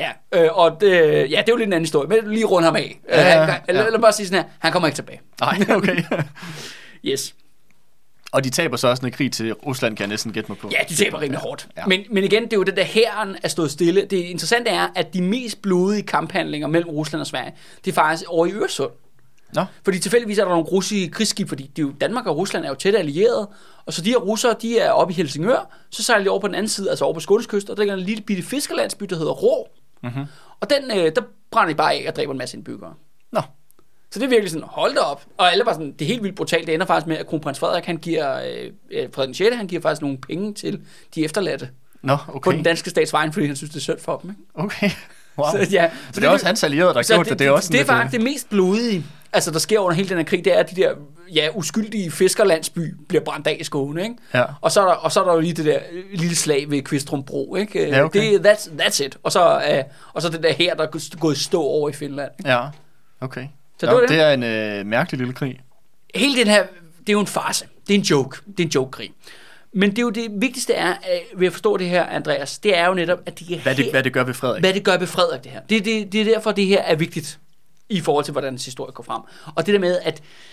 Og det er jo lidt en anden historie, men lige rundt ham af. Lad bare sige sådan her, han kommer ikke tilbage. Nej, okay. Yes. Og de taber så også en krig til Rusland, kan jeg næsten gætte mig på. Ja, de taber rimelig hårdt. Ja. Men igen, det er jo det der hæren er stået stille. Det interessante er, at de mest blodige kamphandlinger mellem Rusland og Sverige, det er faktisk over i Øresund. Nå. Fordi tilfældigvis er der nogle russiske krigsskib, fordi det er jo, Danmark og Rusland er jo tæt allierede, og så de her russere, de er oppe i Helsingør, så sejler de over på den anden side, altså over på Skånes kyst, og der er en lille bitte fiskerlandsby, der hedder Rå. Mm-hmm. Og den, der brænder de bare af og dræber en masse indbyggere. Nå. Så det er virkelig sådan, hold da op. Og alle var sådan, det er helt vildt brutalt. Det ender faktisk med, at kronprins Frederik, han giver, Frederik 6, han giver faktisk nogle penge til de efterladte. Nå, okay. På den danske statsvejen, fordi han synes, det er synd for dem, ikke? Okay. Wow. Så det er også hans allierede, der har gjort det. Det er faktisk det mest blodige, altså der sker under hele den her krig, det er, at de der uskyldige fiskerlandsby bliver brændt af i Skåne, ikke? Ja. Og så er der jo lige det der lille slag ved Kvistrum Bro, ikke? Ja, okay. That's it. Og så det der her, der er gået stå over i Finland. Ikke? Ja, okay. Så det er en mærkelig lille krig. Hele den her, det er jo en farce. Det er en joke. Det er en joke-krig. Men det er jo det vigtigste er, ved at forstå det her, Andreas, det er jo netop, at hvad det gør ved Frederik. Hvad det gør ved Frederik, det her. Det er derfor, det her er vigtigt i forhold til, hvordan historie går frem. Og det der med,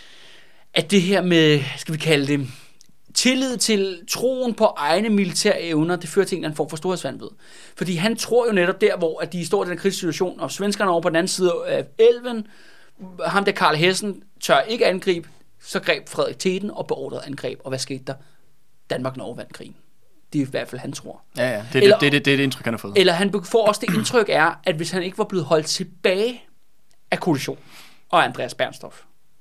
at det her med, skal vi kalde det, tillid til troen på egne militære evner, det fører til en eller anden form for storhedsvanvid. Fordi han tror jo netop der, hvor at de står i den krigssituation, og svenskerne over på den anden side af elven, ham der Karl Hessen tør ikke angribe, så greb Frederik teten og beordrede angreb. Og hvad skete der? Danmark-Norge vandt krigen. Det er i hvert fald, han tror. Ja. Det er det indtryk, han har fået. Eller han får også det indtryk er, at hvis han ikke var blevet holdt tilbage af koalition og Andreas Bernstorff,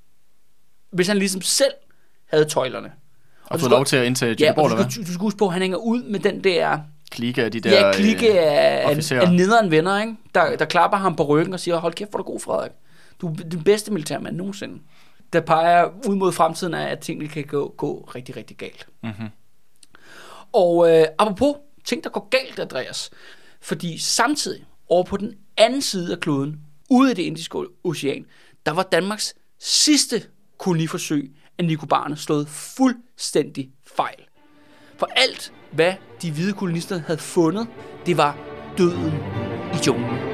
hvis han ligesom selv havde tøjlerne. Og fået lov til at indtage Göteborg, eller hvad? Du skal huske på, at han hænger ud med den der... Klike af de der klike af nederen venner, ikke? Der klapper ham på ryggen og siger, hold kæft, hvor er du god, Frederik. Du er den bedste militærmand nogensinde. Der peger ud mod fremtiden af, at tingene kan gå rigtig, rigtig galt. Mm-hmm. Og apropos ting, der går galt, Andreas, fordi samtidig over på den anden side af kloden, ude i det indiske ocean, der var Danmarks sidste koloniforsøg af nikobarerne slået fuldstændig fejl. For alt, hvad de hvide kolonister havde fundet, det var døden i junglen.